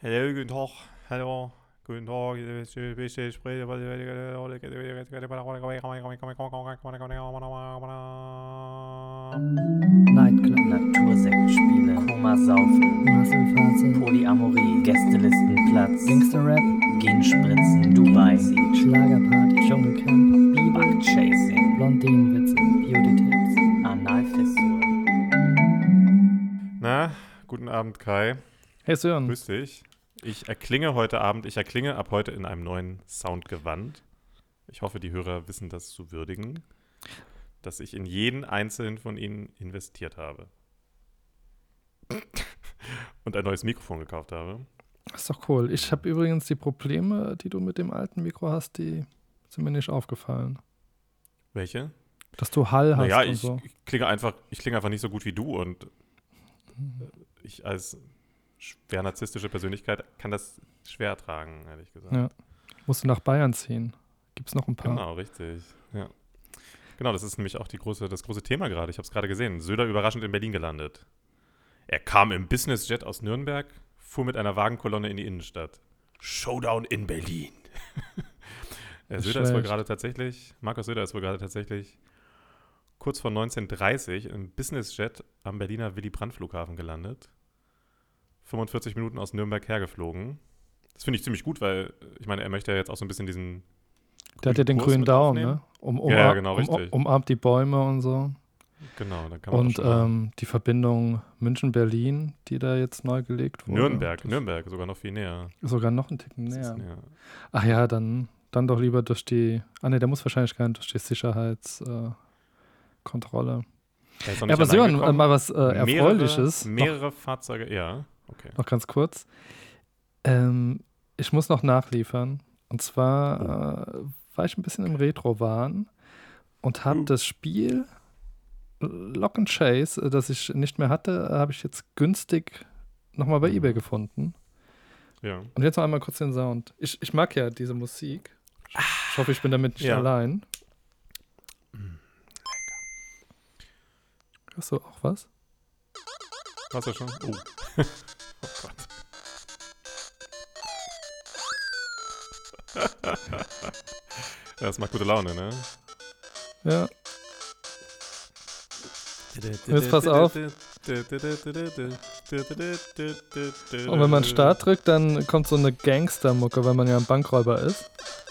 Hallo, guten Tag. Hallo, guten Tag. Nightclub, Natursektspiele, Komasaufen, Massenphase, Polyamorie, Gästelistenplatz, Gangsterrap, Genspritzen, Dubai, Schlagerparty, Dschungelcamp, Bibel, Buttchasing, Blondinenwitze, Beauty-Tipps. Analfissur. Na, guten Abend, Kai. Hey Sören, Grüß dich. Ich erklinge ab heute in einem neuen Soundgewand. Ich hoffe, die Hörer wissen das zu würdigen, dass ich in jeden einzelnen von ihnen investiert habe. Und ein neues Mikrofon gekauft habe. ist doch cool. Ich habe übrigens die Probleme, die du mit dem alten Mikro hast, die sind mir nicht aufgefallen. Welche? Dass du Hall hast Naja, und ich so. klinge einfach nicht so gut wie du und ich als schwer narzisstische Persönlichkeit kann das schwer ertragen, ehrlich gesagt. Ja. Musst du nach Bayern ziehen. Gibt's noch ein paar. Genau, richtig. Ja. Genau, das ist nämlich auch das große Thema gerade. Ich habe es gerade gesehen. Söder überraschend in Berlin gelandet. Er kam im Businessjet aus Nürnberg, fuhr mit einer Wagenkolonne in die Innenstadt. Showdown in Berlin. Nicht Markus Söder ist wohl gerade tatsächlich kurz vor 19:30 im Businessjet am Berliner Willy-Brandt-Flughafen gelandet. 45 Minuten aus Nürnberg hergeflogen. Das finde ich ziemlich gut, weil ich meine, er möchte ja jetzt auch so ein bisschen diesen Der hat ja den Kurs grünen mit Daumen, aufnehmen. ne? Ja, genau, richtig. Umarmt die Bäume und so. Genau, dann kann man Und auch schon mal die Verbindung München-Berlin, die da jetzt neu gelegt wurde. Nürnberg, sogar noch viel näher. Sogar noch einen Ticken Das näher. ist näher. Ach ja, dann doch lieber durch die. Ah ne, der muss wahrscheinlich gar nicht durch die Sicherheitskontrolle. Er ist noch Ja, nicht aber Sören, angekommen. mal was Erfreuliches. Mehrere Fahrzeuge, ja, okay. Noch ganz kurz. Ich muss noch nachliefern. Und zwar war ich ein bisschen im Retro-Wahn und habe das Spiel Lock and Chase, das ich nicht mehr hatte, habe ich jetzt günstig nochmal bei eBay gefunden. Ja. Und jetzt noch einmal kurz den Sound. Ich mag ja diese Musik. Ich hoffe, ich bin damit nicht Ja. allein. Hörst du auch was? Warst du schon? Oh. Oh Gott. Das macht gute Laune, ne? Ja. Jetzt pass auf. Und wenn man Start drückt, dann kommt so eine Gangster-Mucke, weil man ja ein Bankräuber ist.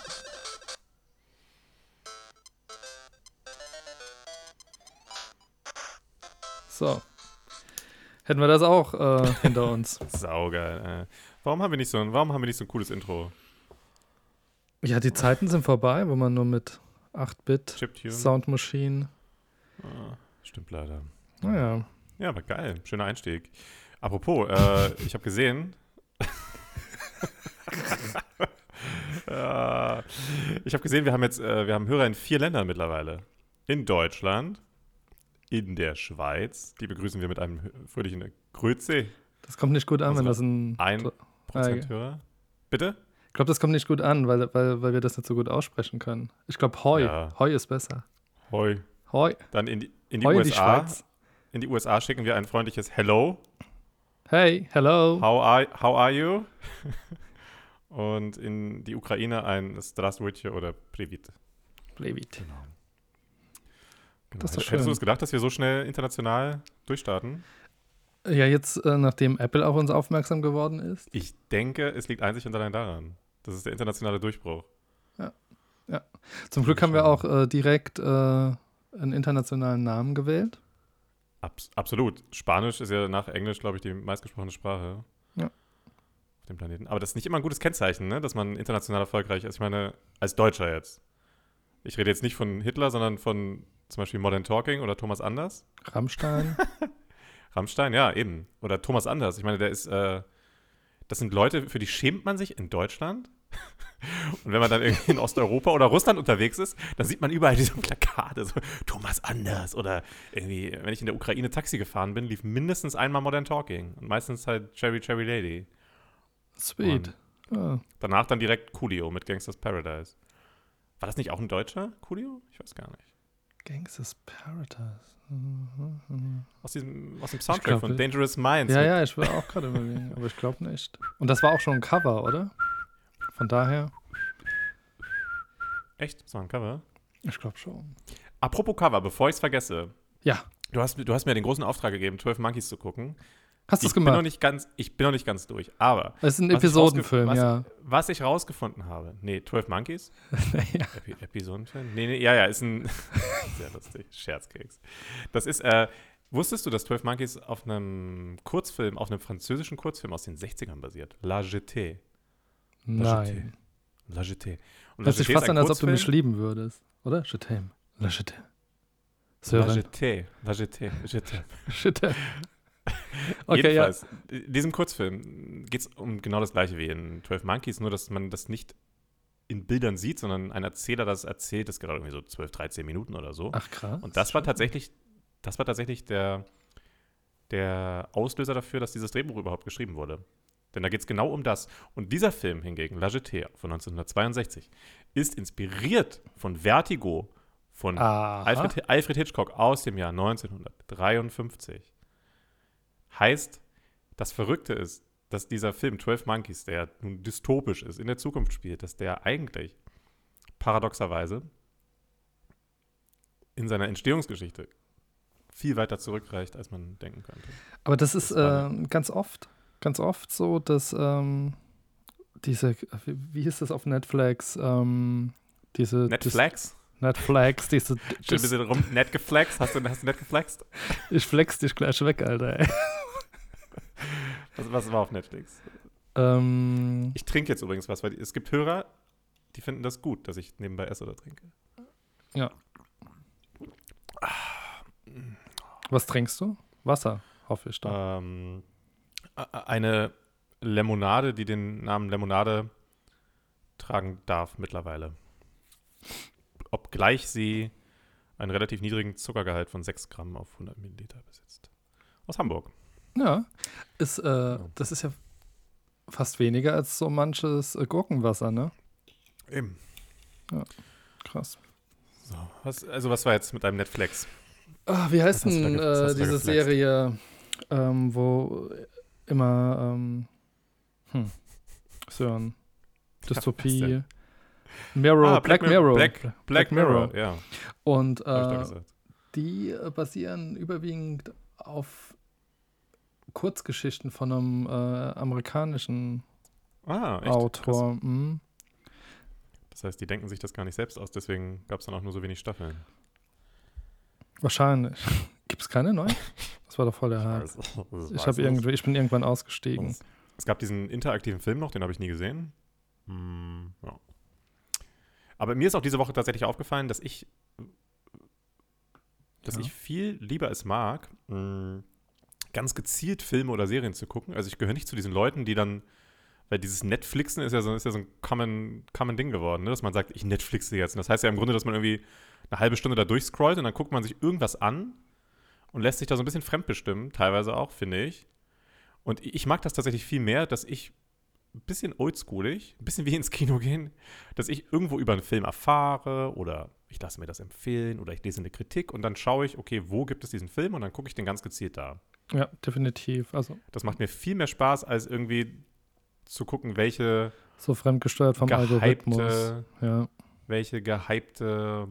So. Hätten wir das auch hinter uns. Saugeil. Warum haben wir nicht so ein cooles Intro? Ja, die Zeiten sind vorbei, wo man nur mit 8-Bit Chiptune? Soundmaschinen. Stimmt leider. Naja. Ja, aber geil. Schöner Einstieg. Apropos, ich habe gesehen. Wir haben Hörer in 4 Ländern mittlerweile. In Deutschland, in der Schweiz. Die begrüßen wir mit einem fröhlichen Grüezi. Das kommt nicht gut an, wenn das ein 1% Hörer. Bitte? Ich glaube, das kommt nicht gut an, weil wir das nicht so gut aussprechen können. Ich glaube, Hoi. Ja. Hoi ist besser. Hoi. Hoi. Dann in die Hoi in die USA. Schweiz. In die USA schicken wir ein freundliches Hello. Hey, hello. How are you? Und in die Ukraine ein Здравствуйте oder Привет. Привет. Genau. Das ist doch schön. Hättest du es gedacht, dass wir so schnell international durchstarten? Ja, jetzt, nachdem Apple auf uns aufmerksam geworden ist. Ich denke, es liegt einzig und allein daran. Das ist der internationale Durchbruch. Ja. Zum Glück haben wir auch direkt einen internationalen Namen gewählt. Absolut. Spanisch ist ja nach Englisch, glaube ich, die meistgesprochene Sprache. Ja. Auf dem Planeten. Aber das ist nicht immer ein gutes Kennzeichen, ne? Dass man international erfolgreich ist. Ich meine, als Deutscher jetzt. Ich rede jetzt nicht von Hitler, sondern von zum Beispiel Modern Talking oder Thomas Anders. Rammstein. Rammstein, ja, eben. Oder Thomas Anders. Ich meine, das sind Leute, für die schämt man sich in Deutschland. Und wenn man dann irgendwie in Osteuropa oder Russland unterwegs ist, dann sieht man überall diese Plakate, so Thomas Anders oder irgendwie, wenn ich in der Ukraine Taxi gefahren bin, lief mindestens einmal Modern Talking und meistens halt Cherry Cherry Lady. Sweet. Danach dann direkt Coolio mit Gangsters Paradise. War das nicht auch ein Deutscher, Coolio? Ich weiß gar nicht. Gangsters Paradise. Aus dem Ich Soundtrack glaub, von Dangerous Minds. Ja, ich will auch gerade überlegen, aber ich glaube nicht. Und das war auch schon ein Cover, oder? Von daher, Echt? Das war ein Cover? ich glaube schon. Apropos Cover, bevor ich es vergesse. Ja. Du hast mir den großen Auftrag gegeben, 12 Monkeys zu gucken. Hast du es Ich bin gemacht? noch nicht ganz durch. Aber Es ist ein was ich Episodenfilm, ja. Was ich rausgefunden habe. Nee, 12 Monkeys? Ja. Episodenfilm? Nee, ja, ist ein sehr lustig. Scherzkeks. Das ist, wusstest du, dass 12 Monkeys auf einem Kurzfilm, auf einem französischen Kurzfilm aus den 60ern basiert? La Jetée. Nein. La Jetée. Und La Hört sich Jetée fast ist an, ein als ob du mich Kurzfilm. lieben würdest. Oder? Je t'aime. La je t'aime. La Sören. Jetée. La Jetée. Je t'aime. Je t'aime. Okay, Jedenfalls, in diesem Kurzfilm geht es um genau das gleiche wie in 12 Monkeys, nur dass man das nicht in Bildern sieht, sondern ein Erzähler das erzählt, das gerade irgendwie so 12, 13 Minuten oder so. Ach, krass. Und das war tatsächlich der Auslöser dafür, dass dieses Drehbuch überhaupt geschrieben wurde. Denn da geht es genau um das. Und dieser Film hingegen, La Jetée von 1962, ist inspiriert von Vertigo von Aha. Alfred Hitchcock aus dem Jahr 1953. Heißt, das Verrückte ist, dass dieser Film 12 Monkeys, der nun dystopisch ist, in der Zukunft spielt, dass der eigentlich paradoxerweise in seiner Entstehungsgeschichte viel weiter zurückreicht, als man denken könnte. Aber das ist Das war ganz oft so, dass diese, wie hieß das auf Netflix? Diese Netflix? Netflix, diese. Schön ein bisschen rum, nett geflext. Hast du nett geflext? Ich flex dich gleich weg, Alter, ey. Was war auf Netflix? Ich trinke jetzt übrigens was, weil es gibt Hörer, die finden das gut, dass ich nebenbei esse oder trinke. Ja. Was trinkst du? Wasser, hoffe ich doch. Eine Limonade, die den Namen Limonade tragen darf mittlerweile. Obgleich sie einen relativ niedrigen Zuckergehalt von 6 Gramm auf 100 Milliliter besitzt. Aus Hamburg. Ja. Das ist ja fast weniger als so manches Gurkenwasser, ne? Eben. Krass. So, was war jetzt mit einem Netflix? Wie heißt Was hast du da denn was hast du da diese geflext? Serie, wo immer Sören, Dystopie, Mirror, Black Mirror. Black Mirror, ja. Und Hab ich doch gesagt. die basieren überwiegend auf Kurzgeschichten von einem amerikanischen Echt? Autor. Krass. Mhm. Das heißt, die denken sich das gar nicht selbst aus, deswegen gab es dann auch nur so wenig Staffeln. Wahrscheinlich. Gibt es keine neuen? Das war doch voll der Hype. Ich bin irgendwann ausgestiegen. Es gab diesen interaktiven Film noch, den habe ich nie gesehen. Ja. Aber mir ist auch diese Woche tatsächlich aufgefallen, dass ich viel lieber es mag, ganz gezielt Filme oder Serien zu gucken. Also ich gehöre nicht zu diesen Leuten, die dann, weil dieses Netflixen ist ja so ein common Ding geworden, ne? Dass man sagt, ich Netflixe jetzt. Und das heißt ja im Grunde, dass man irgendwie eine halbe Stunde da durchscrollt und dann guckt man sich irgendwas an und lässt sich da so ein bisschen fremdbestimmen, teilweise auch, finde ich. Und ich mag das tatsächlich viel mehr, dass ich ein bisschen oldschoolig, ein bisschen wie ins Kino gehen, dass ich irgendwo über einen Film erfahre oder ich lasse mir das empfehlen oder ich lese eine Kritik und dann schaue ich, okay, wo gibt es diesen Film und dann gucke ich den ganz gezielt da. Ja, definitiv. Also Das macht mir viel mehr Spaß, als irgendwie zu gucken, welche so fremdgesteuert vom Algorithmus. Ja. welche gehypte,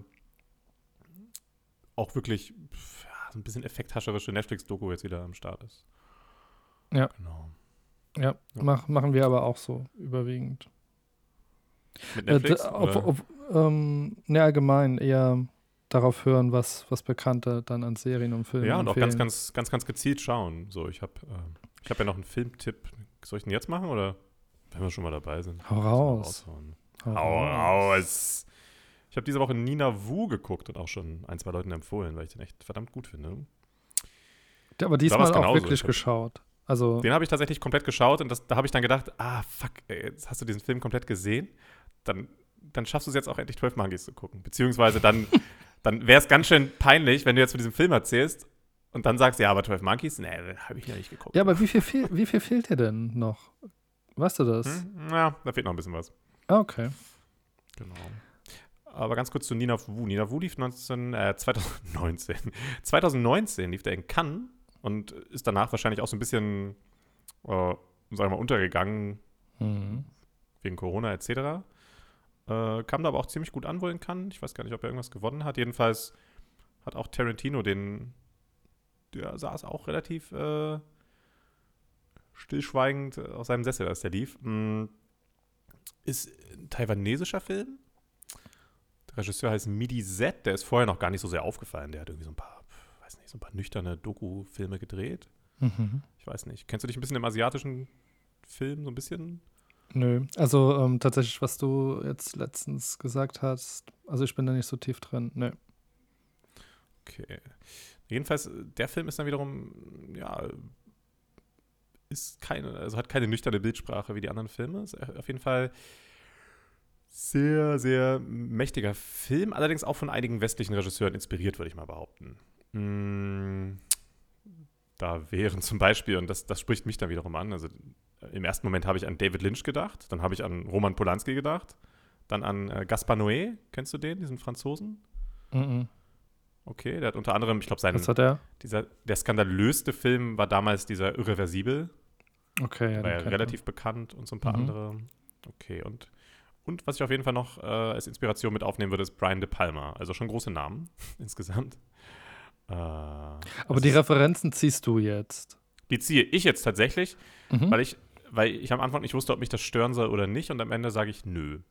auch wirklich so ein bisschen effekthascherische Netflix-Doku jetzt wieder am Start ist. Ja. Genau. Ja, machen wir aber auch so überwiegend. Mit Netflix? Allgemein eher darauf hören, was Bekannte dann an Serien und Filmen Ja, und auch empfehlen. ganz gezielt schauen. So, ich habe ja noch einen Filmtipp. Soll ich den jetzt machen oder wenn wir schon mal dabei sind? Hau raus. Hau raus. Ich habe diese Woche Nina Wu geguckt und auch schon ein, zwei Leuten empfohlen, weil ich den echt verdammt gut finde. Ja, aber diesmal war's auch genauso. wirklich geschaut. Also Den habe ich tatsächlich komplett geschaut und da habe ich dann gedacht, fuck, ey, jetzt hast du diesen Film komplett gesehen, dann schaffst du es jetzt auch endlich 12 Monkeys zu gucken. Beziehungsweise dann wäre es ganz schön peinlich, wenn du jetzt von diesem Film erzählst und dann sagst, ja, aber 12 Monkeys, nee, habe ich ja nicht geguckt. ja, aber wie viel fehlt dir denn noch? Weißt du das? Ja, da fehlt noch ein bisschen was. Okay. Genau. Aber ganz kurz zu Nina Wu. Nina Wu lief 2019. 2019 lief der in Cannes und ist danach wahrscheinlich auch so ein bisschen, sagen wir mal, untergegangen Mhm. wegen Corona etc. Kam da aber auch ziemlich gut an, wohl in Cannes. Ich weiß gar nicht, ob er irgendwas gewonnen hat. Jedenfalls hat auch Tarantino der saß auch relativ stillschweigend aus seinem Sessel, als der lief. Ist ein taiwanesischer Film. Der Regisseur heißt Midi Z, der ist vorher noch gar nicht so sehr aufgefallen. Der hat irgendwie so ein paar nüchterne Doku-Filme gedreht. Mhm. Ich weiß nicht. Kennst du dich ein bisschen im asiatischen Film, so ein bisschen? Nö, also tatsächlich, was du jetzt letztens gesagt hast, also ich bin da nicht so tief drin. Nö. Okay. Jedenfalls, der Film ist dann wiederum, ja, hat keine nüchterne Bildsprache wie die anderen Filme. Ist auf jeden Fall sehr, sehr mächtiger Film, allerdings auch von einigen westlichen Regisseuren inspiriert, würde ich mal behaupten. Da wären zum Beispiel, und das spricht mich dann wiederum an, also im ersten Moment habe ich an David Lynch gedacht, dann habe ich an Roman Polanski gedacht, dann an Gaspar Noé, kennst du den, diesen Franzosen? Mhm. Okay, der hat unter anderem, ich glaube, Was hat der? der skandalöste Film war damals dieser Irreversibel. Okay, ja, War ja den kennt relativ bekannt und so ein paar Mhm. andere. Okay, und was ich auf jeden Fall noch als Inspiration mit aufnehmen würde, ist Brian De Palma. Also schon große Namen insgesamt. man. Aber die Referenzen ziehst du jetzt. Die ziehe ich jetzt tatsächlich, Mhm. weil ich am Anfang nicht wusste, ob mich das stören soll oder nicht, und am Ende sage ich nö.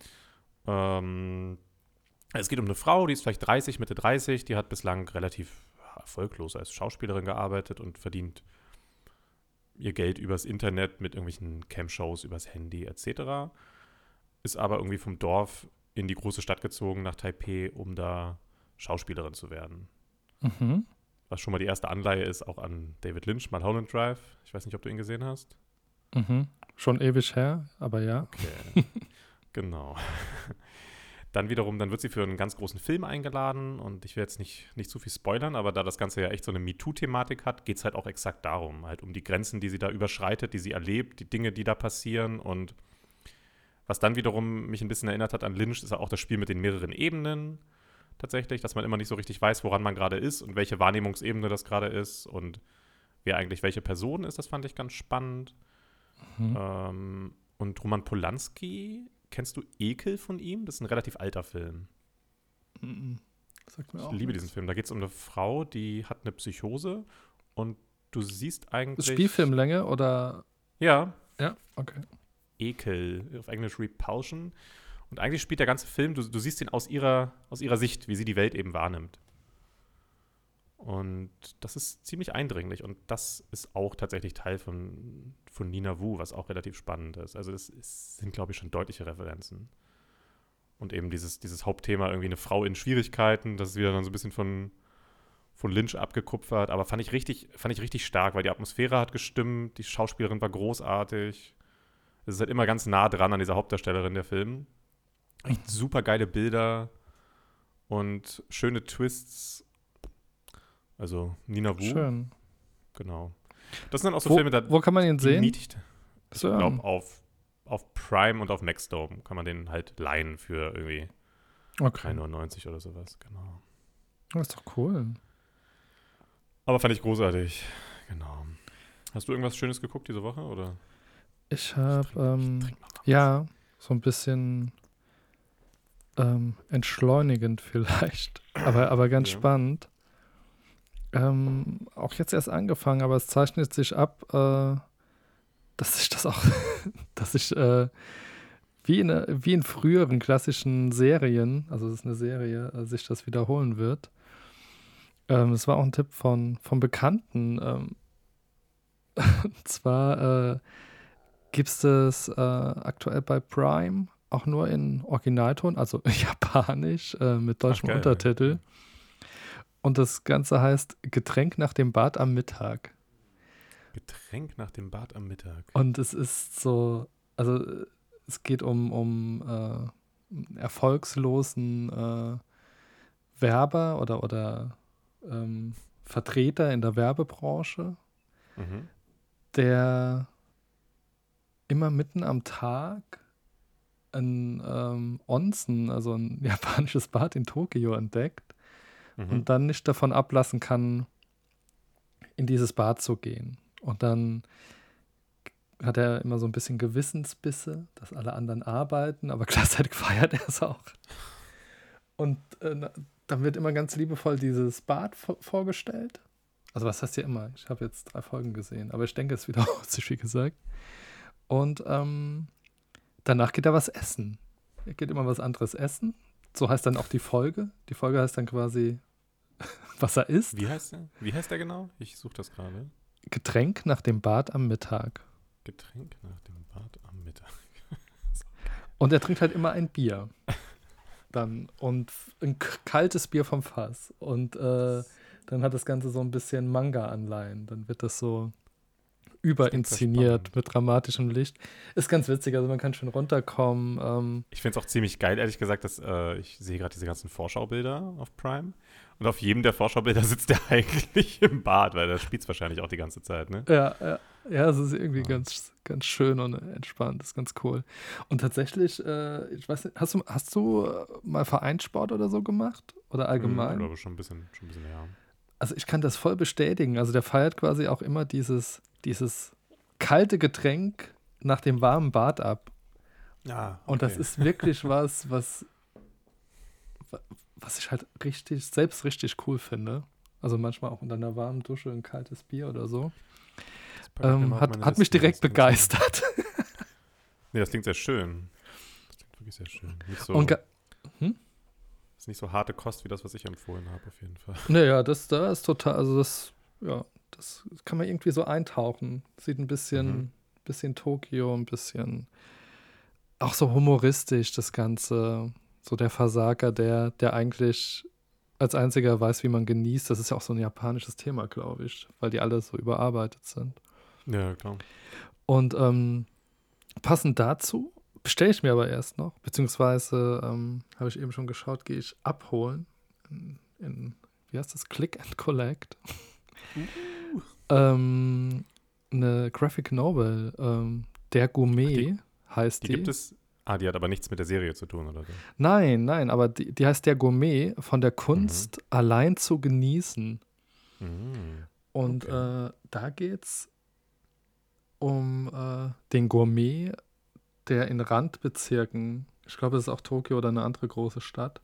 Es geht um eine Frau, die ist vielleicht 30, Mitte 30, die hat bislang relativ erfolglos als Schauspielerin gearbeitet und verdient ihr Geld übers Internet mit irgendwelchen Cam-Shows, übers Handy etc. Ist aber irgendwie vom Dorf in die große Stadt gezogen, nach Taipei, um da Schauspielerin zu werden. Mhm. Was schon mal die erste Anleihe ist, auch an David Lynch, Mulholland Drive. Ich weiß nicht, ob du ihn gesehen hast. Mhm. Schon ewig her, aber ja. Okay, genau. Dann wird sie für einen ganz großen Film eingeladen, und ich will jetzt nicht zu viel spoilern, aber da das Ganze ja echt so eine MeToo-Thematik hat, geht es halt auch exakt darum, halt um die Grenzen, die sie da überschreitet, die sie erlebt, die Dinge, die da passieren, und was dann wiederum mich ein bisschen erinnert hat an Lynch, ist auch das Spiel mit den mehreren Ebenen tatsächlich, dass man immer nicht so richtig weiß, woran man gerade ist und welche Wahrnehmungsebene das gerade ist und wer eigentlich welche Person ist. Das fand ich ganz spannend. Mhm. Und Roman Polanski, kennst du Ekel von ihm? Das ist ein relativ alter Film. Mhm. Sagt mir Ich auch liebe nichts. diesen Film. Da geht es um eine Frau, die hat eine Psychose, und du siehst eigentlich... Spielfilmlänge oder? Ja, Ja, okay. Ekel, auf Englisch Repulsion. Und eigentlich spielt der ganze Film, du siehst ihn aus ihrer Sicht, wie sie die Welt eben wahrnimmt. Und das ist ziemlich eindringlich, und das ist auch tatsächlich Teil von Nina Wu, was auch relativ spannend ist. Also sind, glaube ich, schon deutliche Referenzen. Und eben dieses Hauptthema, irgendwie eine Frau in Schwierigkeiten, das ist wieder dann so ein bisschen von Lynch abgekupfert, aber fand ich richtig stark, weil die Atmosphäre hat gestimmt, die Schauspielerin war großartig. Es ist halt immer ganz nah dran an dieser Hauptdarstellerin der Film. Echt super geile Bilder und schöne Twists. Also Nina Wu, Schön. genau. Das sind dann auch so Wo, Filme, wo kann man ihn die sehen? miete ich. Ich So, glaube, auf Prime und auf Maxdome kann man den halt leihen für irgendwie okay. 3,99 oder sowas, genau. Das ist doch cool. Aber fand ich großartig, genau. Hast du irgendwas Schönes geguckt diese Woche, oder? Ich habe, trink noch mal. ja, so ein bisschen entschleunigend vielleicht, aber ganz Ja. spannend. Auch jetzt erst angefangen, aber es zeichnet sich ab, dass ich das auch, dass ich wie in früheren klassischen Serien, also es ist eine Serie, sich das wiederholen wird. Es war auch ein Tipp von Bekannten. Und zwar gibt es aktuell bei Prime auch nur in Originalton, also japanisch, mit deutschem geil. Untertitel. Und das Ganze heißt Getränk nach dem Bad am Mittag. Getränk nach dem Bad am Mittag. Und es ist so, also es geht um erfolgslosen Werber oder Vertreter in der Werbebranche, der immer mitten am Tag ein Onsen, also ein japanisches Bad in Tokio entdeckt Mhm. und dann nicht davon ablassen kann, in dieses Bad zu gehen. Und dann hat er immer so ein bisschen Gewissensbisse, dass alle anderen arbeiten, aber gleichzeitig feiert er es auch. Und dann wird immer ganz liebevoll dieses Bad vorgestellt. Also was heißt hier immer? Ich habe jetzt 3 Folgen gesehen, aber ich denke, es wiederholt sich, wie gesagt. Und danach geht er was essen. Er geht immer was anderes essen. So heißt dann auch die Folge. Die Folge heißt dann quasi, was er isst. Wie heißt der? Wie heißt der genau? Ich suche das gerade. Getränk nach dem Bad am Mittag. Getränk nach dem Bad am Mittag. Und er trinkt halt immer ein Bier. Dann. Und ein kaltes Bier vom Fass. Und dann hat das Ganze so ein bisschen Manga-Anleihen. Dann wird das so überinszeniert mit dramatischem Licht. Ist ganz witzig, also man kann schön runterkommen. Ich finde es auch ziemlich geil, ehrlich gesagt, dass ich sehe gerade diese ganzen Vorschaubilder auf Prime. Und auf jedem der Vorschaubilder sitzt der eigentlich im Bad, weil der spielt es wahrscheinlich auch die ganze Zeit, ne? Ja, es ist irgendwie ganz, ganz schön und entspannt. Das ist ganz cool. Und tatsächlich, ich weiß nicht, hast du mal Vereinssport oder so gemacht? Oder allgemein? Ich glaube schon ein bisschen, ja. Also ich kann das voll bestätigen. Also der feiert quasi auch immer dieses kalte Getränk nach dem warmen Bad ab. Ja, okay. Und das ist wirklich was ich halt selbst richtig cool finde. Also manchmal auch unter einer warmen Dusche ein kaltes Bier oder so. Das packe ich mir mal auf meine Hat mich Liste. direkt Das klingt begeistert. Nee, das klingt sehr schön. Das klingt wirklich sehr schön. Nicht so, Und ist nicht so harte Kost wie das, was ich empfohlen habe, auf jeden Fall. naja, das da ist total, also das kann man irgendwie so eintauchen. Sieht ein bisschen Tokio, ein bisschen auch so humoristisch, das Ganze. So der Versager, der eigentlich als einziger weiß, wie man genießt. Das ist ja auch so ein japanisches Thema, glaube ich, weil die alle so überarbeitet sind. Ja, klar. Und passend dazu bestelle ich mir aber erst noch, beziehungsweise habe ich eben schon geschaut, gehe ich abholen in wie heißt das? Click and Collect. Eine Graphic Novel, Der Gourmet heißt Die gibt es. Die hat aber nichts mit der Serie zu tun, oder so. Nein, aber die heißt Der Gourmet, von der Kunst allein zu genießen. Mhm. Und Okay. da geht's um den Gourmet, der in Randbezirken, ich glaube, es ist auch Tokio oder eine andere große Stadt,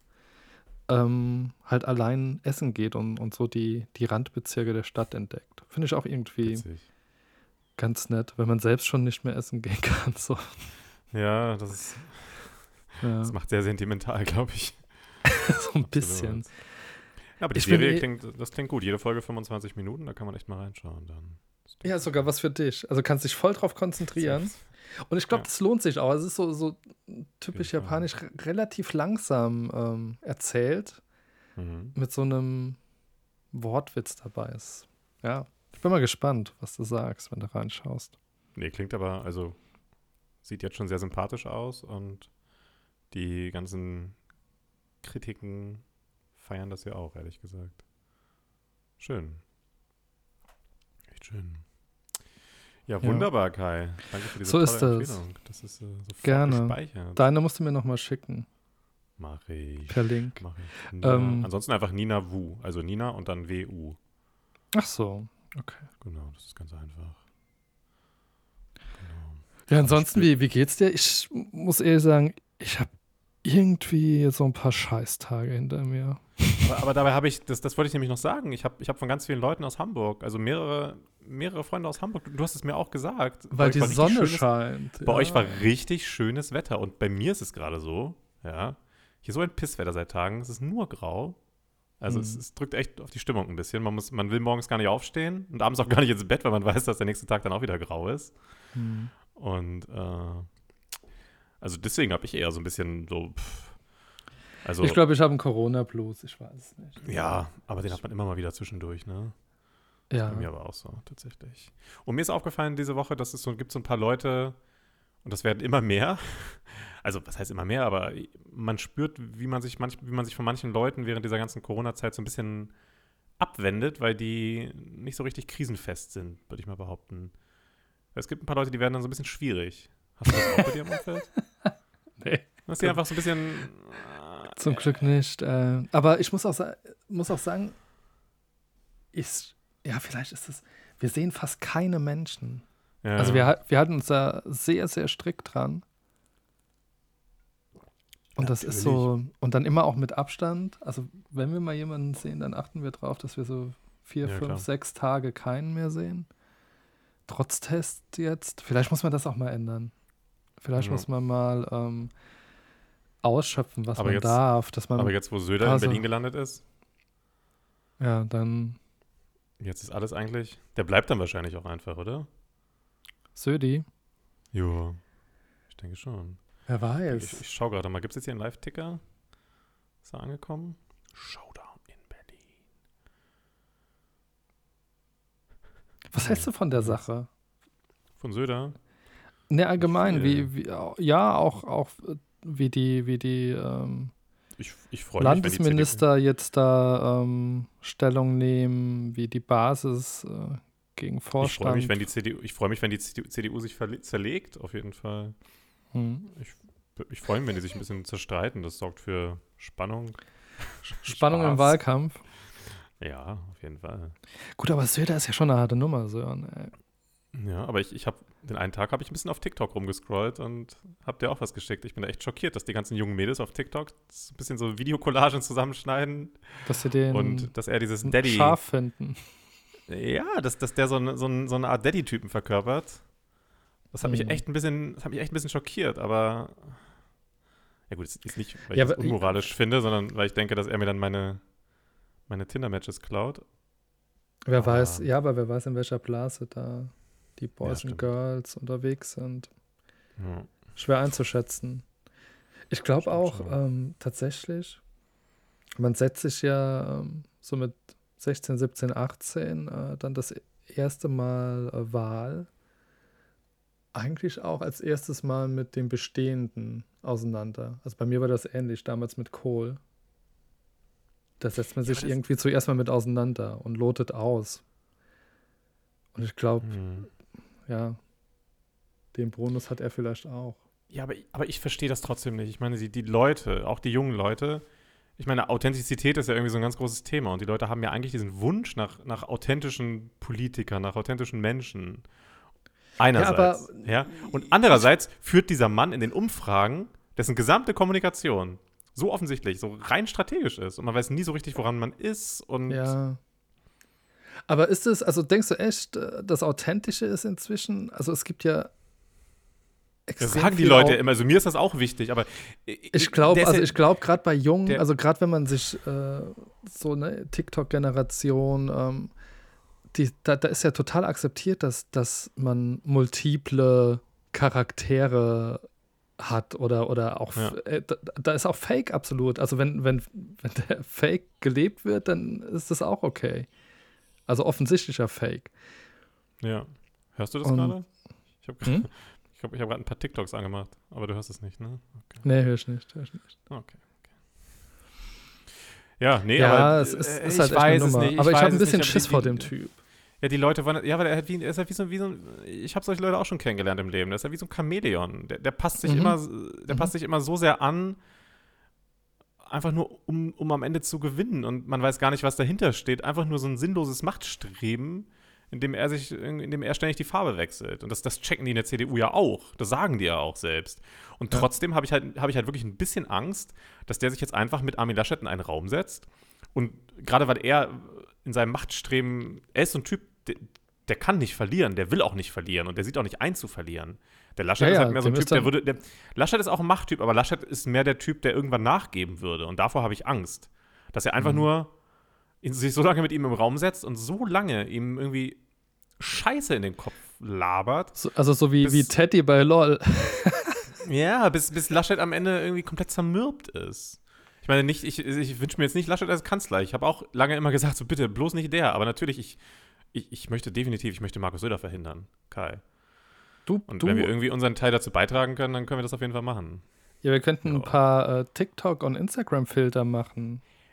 halt allein essen geht und so die Randbezirke der Stadt entdeckt. Finde ich auch irgendwie Witzig. ganz nett, wenn man selbst schon nicht mehr essen gehen kann. So. Ja, Ja, das macht sehr sentimental, glaube ich. so ein bisschen. Ja, aber die Ich bin Serie klingt gut. Jede Folge 25 Minuten, da kann man echt mal reinschauen dann. Ja, sogar was für dich. Also kannst dich voll drauf konzentrieren. Und ich glaube, Ja. das lohnt sich auch. Es ist so typisch Jeden Fall. japanisch, relativ langsam erzählt, Mhm. mit so einem Wortwitz dabei ist. Ja, ich bin mal gespannt, was du sagst, wenn du reinschaust. Nee, klingt aber, also sieht jetzt schon sehr sympathisch aus und die ganzen Kritiken feiern das ja auch, ehrlich gesagt. Schön. Echt schön. Ja, wunderbar, Kai. Danke für diese So tolle ist das. Empfehlung. Das ist sofort Gerne. gespeichert. Deine musst du mir nochmal schicken, Mach ich. per Link. Mach ich. Nina. Ansonsten einfach Nina Wu. Also Nina und dann WU. Ach so, okay. Genau, das ist ganz einfach. Genau. Ja, ansonsten, wie geht's dir? Ich muss ehrlich sagen, ich habe irgendwie so ein paar Scheißtage hinter mir. Aber dabei habe ich, das wollte ich nämlich noch sagen, ich hab von ganz vielen Leuten aus Hamburg, also mehrere Freunde aus Hamburg, du hast es mir auch gesagt. Weil Bei euch die war richtig Sonne schönes- scheint. Bei ja. euch war richtig schönes Wetter und bei mir ist es gerade so, ja, hier so ein Pisswetter seit Tagen, es ist nur grau. Also es drückt echt auf die Stimmung ein bisschen. Man will morgens gar nicht aufstehen und abends auch gar nicht ins Bett, weil man weiß, dass der nächste Tag dann auch wieder grau ist. Hm. Und also deswegen habe ich eher so ein bisschen so, also Ich glaube, ich habe einen Corona-Blues, ich weiß es nicht. ja, aber den hat man immer mal wieder zwischendurch, ne? Ja. Bei mir aber auch so, tatsächlich. Und mir ist aufgefallen diese Woche, dass es gibt so ein paar Leute, und das werden immer mehr. Also, was heißt immer mehr, aber man spürt, wie man sich von manchen Leuten während dieser ganzen Corona-Zeit so ein bisschen abwendet, weil die nicht so richtig krisenfest sind, würde ich mal behaupten. Es gibt ein paar Leute, die werden dann so ein bisschen schwierig. Hast du das auch bei dir im Umfeld? Nee, Das ist ja einfach so ein bisschen. zum Glück nicht. Aber ich muss auch sagen, vielleicht ist es, wir sehen fast keine Menschen. Ja. Also wir halten uns da sehr, sehr strikt dran. Und das ist so, und dann immer auch mit Abstand. Also wenn wir mal jemanden sehen, dann achten wir drauf, dass wir so 4, Ja, 5, klar. 6 Tage keinen mehr sehen. Trotz Test jetzt. Vielleicht muss man das auch mal ändern. Vielleicht Ja. muss man mal ausschöpfen, was Aber man jetzt- darf. Dass man, Aber jetzt, wo Söder in Also- Berlin gelandet ist, ja, dann jetzt ist alles eigentlich. Der bleibt dann wahrscheinlich auch einfach, oder? Södi. Ja. Ich denke schon. Wer weiß. Ich schaue gerade mal. Gibt es jetzt hier einen Live-Ticker? Ist er angekommen? Showdown in Berlin. Was hältst du von der Sache? Von Söder? Ne, allgemein, viel. auch wie die Ich freue mich, Landesminister jetzt da Stellung nehmen, wie die Basis gegen Ich freue Vorstand. mich, wenn die CDU sich zerlegt, auf jeden Fall. Hm. Ich freue mich, wenn die sich ein bisschen zerstreiten. Das sorgt für Spannung. Spannung im Spaß. Wahlkampf. Ja, auf jeden Fall. Gut, aber Söder ist ja schon eine harte Nummer, Sören. Ey. Ja, aber ich habe den einen Tag habe ich ein bisschen auf TikTok rumgescrollt und habe dir auch was geschickt. Ich bin da echt schockiert, dass die ganzen jungen Mädels auf TikTok ein bisschen so Videocollagen zusammenschneiden Dass sie den und dass er dieses Daddy. scharf finden. Ja, dass der so eine Art Daddy-Typen verkörpert. Das hat mich Mhm. echt ein bisschen schockiert, aber ja gut, es ist nicht, weil Ja, ich das aber- unmoralisch finde, sondern weil ich denke, dass er mir dann meine Tinder-Matches klaut. Wer Ah. weiß, ja, aber wer weiß, in welcher Blase da die Ja, Boys stimmt. und Girls unterwegs sind. Ja. Schwer einzuschätzen. Ich glaube Stimmt auch schon. tatsächlich, man setzt sich ja so mit 16, 17, 18 dann das erste Mal Wahl eigentlich auch als erstes Mal mit dem Bestehenden auseinander. Also bei mir war das ähnlich, damals mit Kohl. Da setzt man Ja, sich das- irgendwie zuerst mal mit auseinander und lotet aus. Und ich glaube, Hm. ja, den Bonus hat er vielleicht auch. Ja, aber ich verstehe das trotzdem nicht. Ich meine, die Leute, auch die jungen Leute, ich meine, Authentizität ist ja irgendwie so ein ganz großes Thema und die Leute haben ja eigentlich diesen Wunsch nach authentischen Politikern, nach authentischen Menschen. Einerseits. Ja, und andererseits führt dieser Mann in den Umfragen, dessen gesamte Kommunikation so offensichtlich, so rein strategisch ist und man weiß nie so richtig, woran man ist und Ja. Aber ist es, also denkst du echt, das Authentische ist inzwischen, also es gibt ja das extrem sagen die viel Leute Au- immer, also mir ist das auch wichtig, aber Ich glaube, gerade bei Jungen, der- also gerade wenn man sich so eine TikTok-Generation, da ist ja total akzeptiert, dass man multiple Charaktere hat oder auch, Ja. da ist auch Fake absolut. Also wenn der Fake gelebt wird, dann ist das auch okay. Also offensichtlicher Fake. Ja. Hörst du das Und- gerade? Ich habe Hm? ich hab gerade ein paar TikToks angemacht, aber du hörst es nicht, ne? Nee, hör ich nicht. Okay. Ja, nee, Ja, aber es ist ich halt echt eine weiß es Nummer. nicht. Aber ich weiß habe ein es bisschen nicht, aber Schiss die- vor dem Typ. Ja, die Leute wollen, ja, weil er ist halt wie so ein, ich habe solche Leute auch schon kennengelernt im Leben. Der ist halt wie so ein Chamäleon. Der passt sich Mhm. passt sich immer so sehr an, einfach nur, um am Ende zu gewinnen. Und man weiß gar nicht, was dahinter steht. Einfach nur so ein sinnloses Machtstreben, in dem er ständig die Farbe wechselt. Und das checken die in der CDU ja auch. Das sagen die ja auch selbst. Und Ja. trotzdem habe ich halt wirklich ein bisschen Angst, dass der sich jetzt einfach mit Armin Laschet in einen Raum setzt. Und gerade weil er in seinem Machtstreben, er ist so ein Typ, der kann nicht verlieren, der will auch nicht verlieren und der sieht auch nicht ein zu verlieren. Der Laschet Ja, ist ja, halt mehr so ein dem Typ, ist Laschet ist auch ein Machttyp, aber Laschet ist mehr der Typ, der irgendwann nachgeben würde. Und davor habe ich Angst. Dass er einfach nur sich so lange mit ihm im Raum setzt und so lange ihm irgendwie Scheiße in den Kopf labert. Also so wie Das- Teddy bei LOL. Ja, bis Laschet am Ende irgendwie komplett zermürbt ist. Ich meine, ich wünsche mir jetzt nicht Laschet als Kanzler. Ich habe auch lange immer gesagt, so bitte, bloß nicht der. Aber natürlich, ich möchte Markus Söder verhindern, Kai. Und wenn wir irgendwie unseren Teil dazu beitragen können, dann können wir das auf jeden Fall machen. Ja, wir könnten ein Ja. paar TikTok- und Instagram-Filter machen.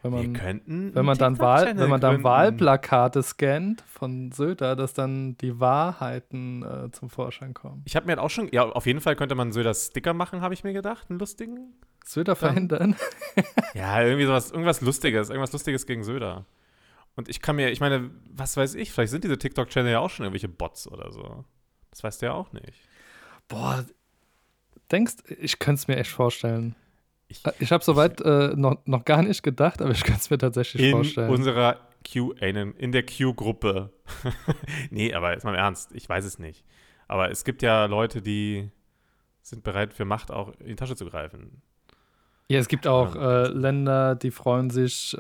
wenn Wir könnten man einen dann TikTok-Channel gründen. Wahlplakate scannt von Söder, dass dann die Wahrheiten zum Vorschein kommen. Ich habe mir halt auch schon, ja, auf jeden Fall könnte man Söder Sticker machen, habe ich mir gedacht, einen lustigen. Söder verhindern? Ja, irgendwie sowas, irgendwas Lustiges gegen Söder. Und ich meine, was weiß ich, vielleicht sind diese TikTok-Channel ja auch schon irgendwelche Bots oder so. Das weißt du ja auch nicht. Boah, ich könnte es mir echt vorstellen. Ich habe soweit noch gar nicht gedacht, aber ich könnte es mir tatsächlich vorstellen. In der Q-Gruppe. Nee, aber jetzt mal im Ernst, ich weiß es nicht. Aber es gibt ja Leute, die sind bereit für Macht auch in die Tasche zu greifen. Ja, es gibt auch Länder, die freuen sich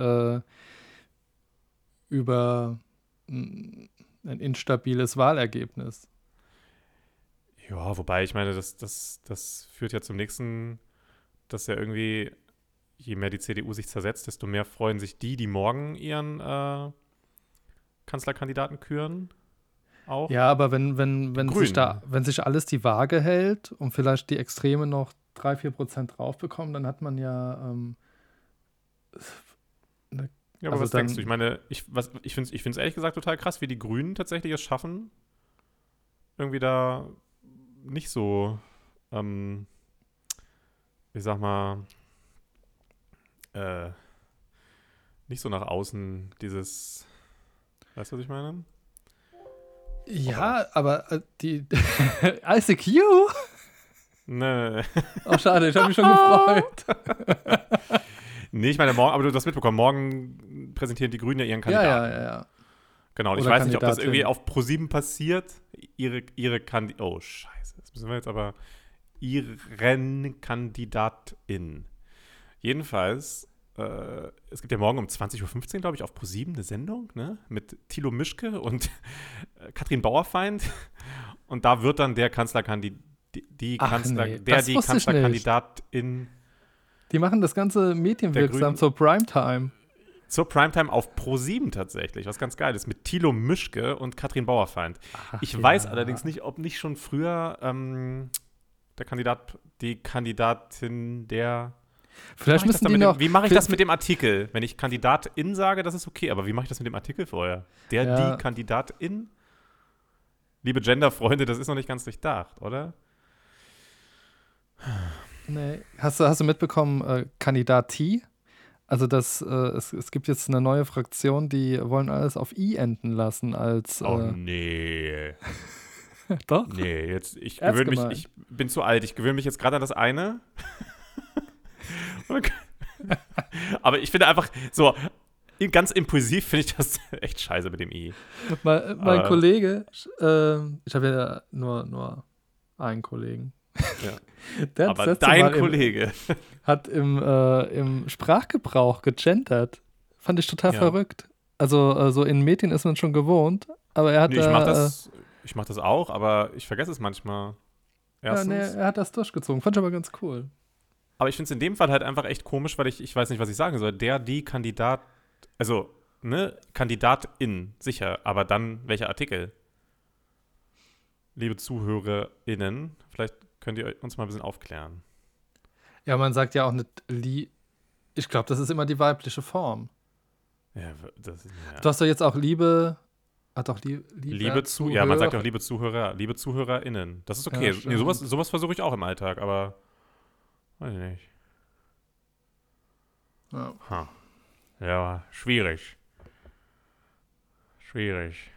über ein instabiles Wahlergebnis. Ja, wobei, ich meine, das führt ja zum nächsten, dass ja irgendwie, je mehr die CDU sich zersetzt, desto mehr freuen sich die morgen ihren Kanzlerkandidaten küren. Auch. Ja, aber wenn sich alles die Waage hält und vielleicht die Extreme noch 3-4% drauf bekommen, dann hat man ja Ja, aber was denkst du? Ich meine, ich finde es ehrlich gesagt total krass, wie die Grünen tatsächlich es schaffen, irgendwie da nicht so, ich sag mal, nicht so nach außen dieses, weißt du, was ich meine? Ja, aber die ICQ? Nee. Oh, schade, ich habe mich schon gefreut. Nee, ich meine, morgen, aber du hast das mitbekommen, morgen präsentieren die Grünen ja ihren Kandidaten. Ja. Genau, und ich weiß nicht, ob das irgendwie auf ProSieben passiert. Oh, scheiße, das müssen wir jetzt aber, ihren Kandidatin. Jedenfalls, es gibt ja morgen um 20.15 Uhr, glaube ich, auf ProSieben eine Sendung, ne? Mit Thilo Mischke und Katrin Bauerfeind. Und da wird dann der Kanzlerkandidatin. Die Kanzlerkandidatin. Die machen das Ganze medienwirksam zur Primetime. Zur Primetime auf ProSieben tatsächlich, was ganz geil ist, mit Thilo Mischke und Katrin Bauerfeind. Ich weiß allerdings nicht, ob nicht schon früher die Kandidatin der. Vielleicht müssen die noch. Wie mache ich das mit dem Artikel? Wenn ich Kandidatin sage, das ist okay, aber wie mache ich das mit dem Artikel vorher? Die Kandidatin? Liebe Gender-Freunde, das ist noch nicht ganz durchdacht, oder? Nee. Hast du mitbekommen, Kandidati? Also es gibt jetzt eine neue Fraktion, die wollen alles auf I enden lassen als. Nee. Doch? Nee, ich bin zu alt, ich gewöhne mich jetzt gerade an das eine. Aber ich finde einfach so, ganz impulsiv finde ich das echt scheiße mit dem I. Mein Kollege, ich habe ja nur einen Kollegen. Ja. Aber dein Kollege hat im Sprachgebrauch gegendert. Fand ich total verrückt. Also so in Medien ist man schon gewohnt, aber er hat ich mach das auch, aber ich vergesse es manchmal. Erstens. Er hat das durchgezogen. Fand ich aber ganz cool. Aber ich finde es in dem Fall halt einfach echt komisch, weil ich weiß nicht, was ich sagen soll. Die Kandidat, also, ne, Kandidatin, sicher, aber dann welcher Artikel? Liebe ZuhörerInnen, vielleicht könnt ihr uns mal ein bisschen aufklären. Ja, man sagt ja auch nicht ich glaube, das ist immer die weibliche Form. Ja, Du hast doch jetzt auch Liebe Zuhörer. Ja, man sagt auch liebe Zuhörer, liebe ZuhörerInnen. Das ist okay. Ja, nee, sowas versuche ich auch im Alltag, aber weiß ich nicht. Ja. Ja, schwierig. Schwierig.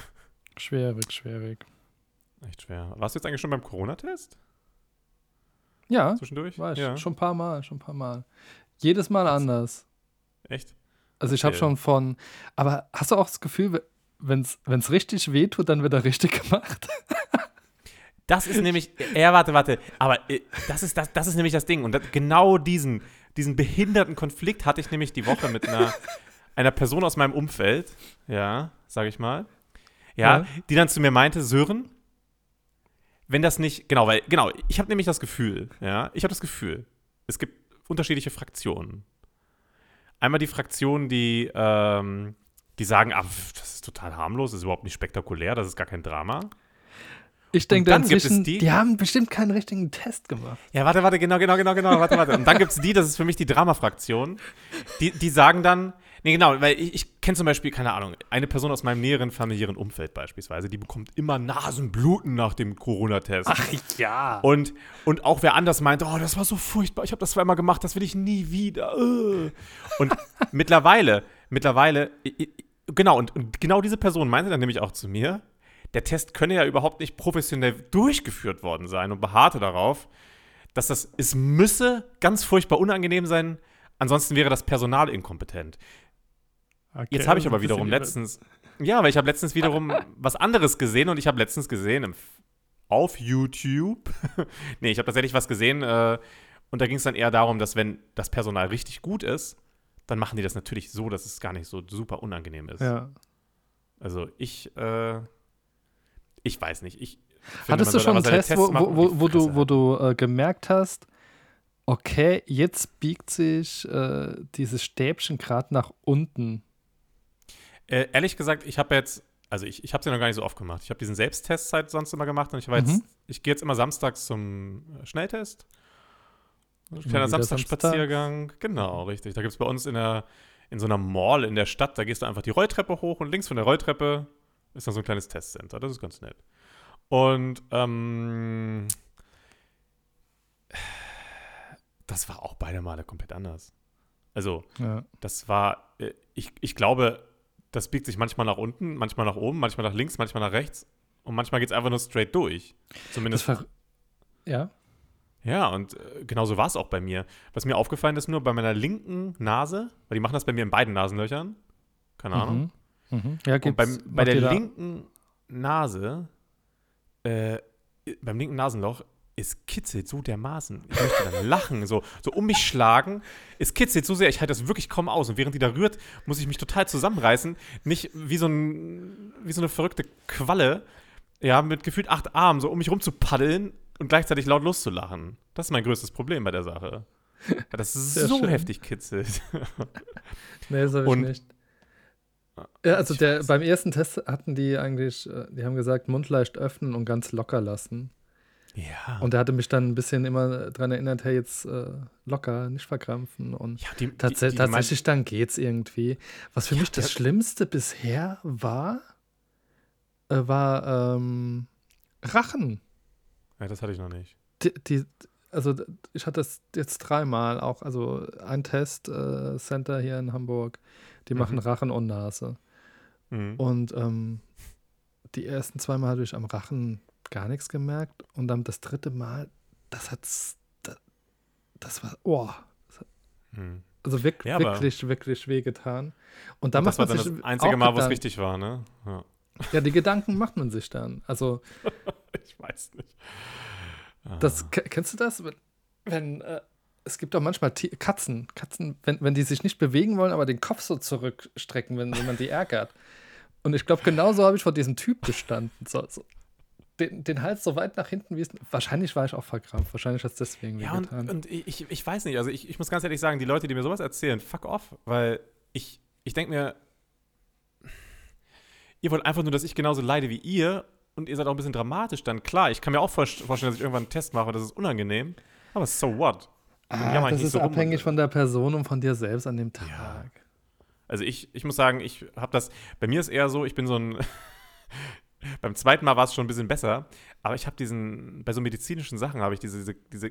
Echt schwer. Warst du jetzt eigentlich schon beim Corona-Test? Ja, zwischendurch? war ich. Ja. Schon ein paar Mal. Jedes Mal anders. Echt? Also ich habe schon aber hast du auch das Gefühl, wenn es richtig wehtut, dann wird er richtig gemacht? Das ist nämlich, warte, aber das ist nämlich das Ding. Und genau diesen behinderten Konflikt hatte ich nämlich die Woche mit einer Person aus meinem Umfeld, ja, sage ich mal, ja, die dann zu mir meinte, Sören, wenn das nicht, genau, ich habe nämlich das Gefühl, es gibt unterschiedliche Fraktionen. Einmal die Fraktionen, die sagen, das ist total harmlos, das ist überhaupt nicht spektakulär, das ist gar kein Drama. Ich denke, dann gibt es inzwischen, die- die haben bestimmt keinen richtigen Test gemacht. Ja, warte, genau, warte. Und dann gibt es die, das ist für mich die Drama-Fraktion, die sagen dann, nee, genau, weil ich kenne zum Beispiel, keine Ahnung, eine Person aus meinem näheren familiären Umfeld beispielsweise, die bekommt immer Nasenbluten nach dem Corona-Test. Ja. Und auch wer anders meint, oh, das war so furchtbar, ich habe das zweimal gemacht, das will ich nie wieder. Und mittlerweile, genau, und genau diese Person meinte dann nämlich auch zu mir, der Test könne ja überhaupt nicht professionell durchgeführt worden sein und beharrte darauf, dass es müsse ganz furchtbar unangenehm sein, ansonsten wäre das Personal inkompetent. Okay, Jetzt habe ich also aber ein wiederum bisschen letztens, ja, weil ich habe letztens wiederum was anderes gesehen und ich habe letztens gesehen auf YouTube, nee, ich habe tatsächlich was gesehen und da ging es dann eher darum, dass wenn das Personal richtig gut ist, dann machen die das natürlich so, dass es gar nicht so super unangenehm ist. Ja. Also ich weiß nicht. Ich finde, Hattest du man soll schon einen aber seine Test, Tests machen und die wo Fresse du gemerkt hast, okay, jetzt biegt sich dieses Stäbchen gerade nach unten? ehrlich gesagt, ich habe jetzt, also ich habe es ja noch gar nicht so oft gemacht. Ich habe diesen Selbsttest halt sonst immer gemacht und ich gehe jetzt immer samstags zum Schnelltest. Ein kleiner wieder Samstagsspaziergang. Genau, richtig. Da gibt es bei uns in so einer Mall in der Stadt, da gehst du einfach die Rolltreppe hoch und links von der Rolltreppe ist dann so ein kleines Testcenter. Das ist ganz nett. Und das war auch beide Male komplett anders. Also, Ja. das war, ich glaube, das biegt sich manchmal nach unten, manchmal nach oben, manchmal nach links, manchmal nach rechts und manchmal geht es einfach nur straight durch. Zumindest. Ja. Ja, und genauso war es auch bei mir. Was mir aufgefallen ist, nur bei meiner linken Nase, weil die machen das bei mir in beiden Nasenlöchern, keine Ahnung. Ja, Und bei der linken Nase, beim linken Nasenloch, es kitzelt so dermaßen. Ich möchte dann lachen, so um mich schlagen. Es kitzelt so sehr, ich halte das wirklich kaum aus. Und während die da rührt, muss ich mich total zusammenreißen. Nicht wie so eine verrückte Qualle, ja, mit gefühlt 8 Armen, so um mich rumzupaddeln und gleichzeitig laut loszulachen. Das ist mein größtes Problem bei der Sache. Weil das Sehr so schön. heftig kitzelt. Nee, das habe ich Und- nicht. Ja, also beim ersten Test hatten die eigentlich, die haben gesagt, Mund leicht öffnen und ganz locker lassen. Ja. Und er hatte mich dann ein bisschen immer daran erinnert, hey, jetzt locker, nicht verkrampfen. Und ja, tatsächlich dann geht's irgendwie. Was für mich das der- Schlimmste bisher war Rachen. Ja, das hatte ich noch nicht. Also ich hatte das jetzt 3-mal auch, also ein Testcenter hier in Hamburg, die machen Rachen und Nase. Mhm. Und die ersten 2 Mal hatte ich am Rachen gar nichts gemerkt und dann das 3. Mal, das war, Mhm. also Ja, aber- wirklich wehgetan. Und dann Das macht war man dann sich das einzige auch Mal, wo es Gedanken. richtig war, ne? Ja. Ja, die Gedanken macht man sich dann. Also Ich weiß nicht. kennst du das? Wenn es gibt auch manchmal Katzen, wenn die sich nicht bewegen wollen, aber den Kopf so zurückstrecken, wenn man die ärgert. Und ich glaube, genauso habe ich vor diesem Typ gestanden. So, den Hals so weit nach hinten, wie es. Wahrscheinlich war ich auch verkrampft. Wahrscheinlich hat es deswegen Ja, wehgetan. und ich weiß nicht, also ich muss ganz ehrlich sagen, die Leute, die mir sowas erzählen, fuck off, weil ich denke mir, ihr wollt einfach nur, dass ich genauso leide wie ihr und ihr seid auch ein bisschen dramatisch dann. Klar, ich kann mir auch vorstellen, dass ich irgendwann einen Test mache, das ist unangenehm, aber so what? Jammer ich Das nicht ist so rum abhängig und- von der Person und von dir selbst an dem Tag. Ja. Also ich muss sagen, ich habe das, bei mir ist eher so, ich bin so ein, beim zweiten Mal war es schon ein bisschen besser, aber ich habe bei so medizinischen Sachen habe ich diese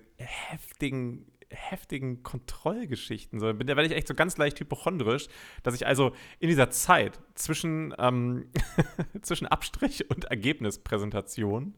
heftigen Kontrollgeschichten. So, da werde ich echt so ganz leicht hypochondrisch, dass ich also in dieser Zeit zwischen, zwischen Abstrich und Ergebnispräsentation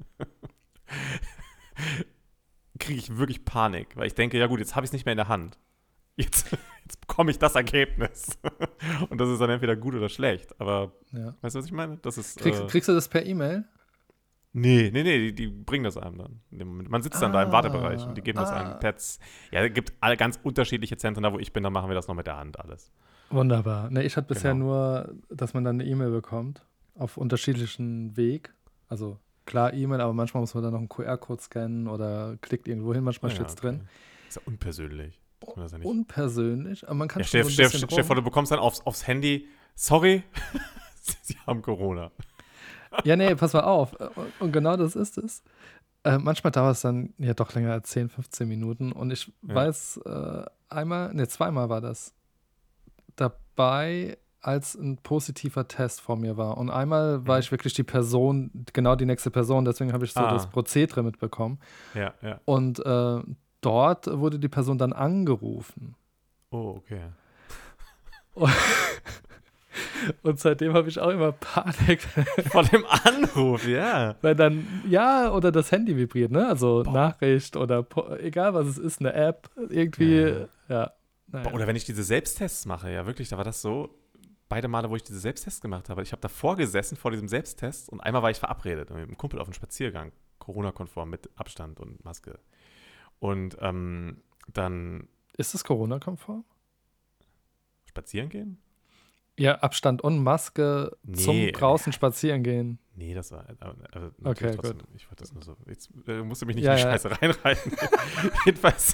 kriege ich wirklich Panik, weil ich denke, ja gut, jetzt habe ich es nicht mehr in der Hand. Jetzt bekomme ich das Ergebnis. Und das ist dann entweder gut oder schlecht. Aber, Ja. weißt du, was ich meine? Das ist, Kriegst du das per E-Mail? Nee, die bringen das einem dann. In dem Moment. Man sitzt dann da im Wartebereich und die geben das einem Pads. Ja, es gibt alle ganz unterschiedliche Zentren, da wo ich bin, da machen wir das noch mit der Hand alles. Wunderbar. Ne, ich hatte bisher Genau. nur, dass man dann eine E-Mail bekommt, auf unterschiedlichen Weg. Also klar E-Mail, aber manchmal muss man dann noch einen QR-Code scannen oder klickt irgendwo hin, manchmal steht es drin. Ist ja unpersönlich. Dass man das ja nicht- Unpersönlich, aber man kann Ja, schon so ein bisschen stell dir vor, du bekommst dann aufs Handy, sorry, Sie haben Corona. Ja, nee, pass mal auf. Und genau das ist es. Manchmal dauert es dann ja doch länger als 10, 15 Minuten. Und ich weiß, zweimal war das dabei, als ein positiver Test vor mir war. Und einmal war ich wirklich die Person, genau die nächste Person, deswegen habe ich so das Prozedere mitbekommen. Ja, ja. Und dort wurde die Person dann angerufen. Oh, okay. Und seitdem habe ich auch immer Panik, Vor dem Anruf, ja. weil dann, oder das Handy vibriert, ne? Also Nachricht oder egal was es ist, eine App, irgendwie, ja. Naja. Oder wenn ich diese Selbsttests mache, ja wirklich, da war das so, beide Male, wo ich diese Selbsttests gemacht habe, ich habe davor gesessen, vor diesem Selbsttest und einmal war ich verabredet mit einem Kumpel auf einem Spaziergang, Corona-konform, mit Abstand und Maske. Und dann Ist es Corona-konform? spazieren gehen? Ja, Abstand und Maske zum draußen spazieren gehen. Nee, das war. Okay, trotzdem, gut. ich wollte das nur so. Jetzt musst du mich nicht in die Scheiße reinreiten. Jedenfalls.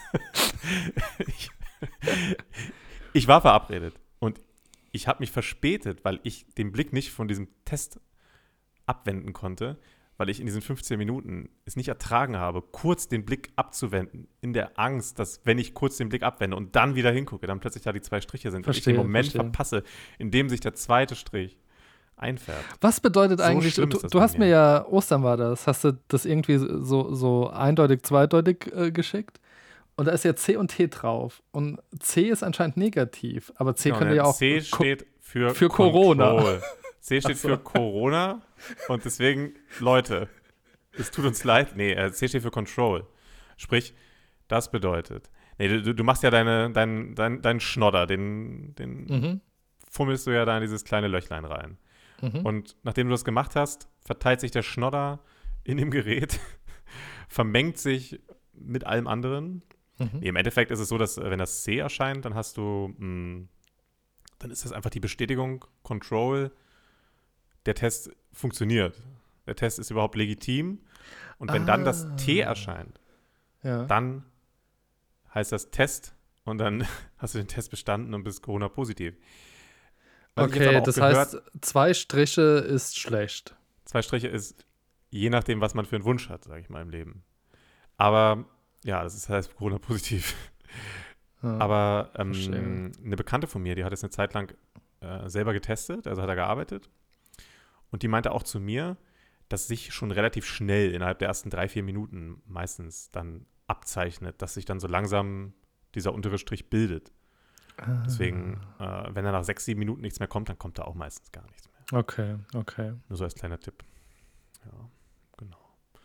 Ich war verabredet und ich habe mich verspätet, weil ich den Blick nicht von diesem Test abwenden konnte, weil ich in diesen 15 Minuten es nicht ertragen habe, kurz den Blick abzuwenden, in der Angst, dass, wenn ich kurz den Blick abwende und dann wieder hingucke, dann plötzlich da die 2 Striche sind und ich den Moment verpasse, in dem sich der zweite Strich einfärbt. Was bedeutet So eigentlich, du hast mir ja, Ostern war das, hast du das irgendwie so eindeutig, zweideutig geschickt? Und da ist ja C und T drauf. Und C ist anscheinend negativ, aber C könnte ja auch C steht für Corona. C steht für Corona und deswegen, Leute, es tut uns leid. Nee, C steht für Control. Sprich, das bedeutet, du machst ja deinen Schnodder, den fummelst du ja da in dieses kleine Löchlein rein. Und nachdem du das gemacht hast, verteilt sich der Schnodder in dem Gerät, vermengt sich mit allem anderen. Nee, im Endeffekt ist es so, dass wenn das C erscheint, dann hast du, dann ist das einfach die Bestätigung, Control, der Test funktioniert. Der Test ist überhaupt legitim. Und wenn dann das T erscheint, dann heißt das Test und dann hast du den Test bestanden und bist Corona-positiv. Okay, das heißt, 2 Striche ist schlecht. 2 Striche ist je nachdem, was man für einen Wunsch hat, sage ich mal, im Leben. Aber ja, das heißt Corona-positiv. Ja, aber eine Bekannte von mir, die hat es eine Zeit lang selber getestet, also hat er gearbeitet. Und die meinte auch zu mir, dass sich schon relativ schnell innerhalb der ersten 3-4 Minuten meistens dann abzeichnet, dass sich dann so langsam dieser untere Strich bildet. Deswegen, wenn er nach 6-7 Minuten nichts mehr kommt, dann kommt da auch meistens gar nichts mehr. Okay. Nur so als kleiner Tipp. Ja, genau.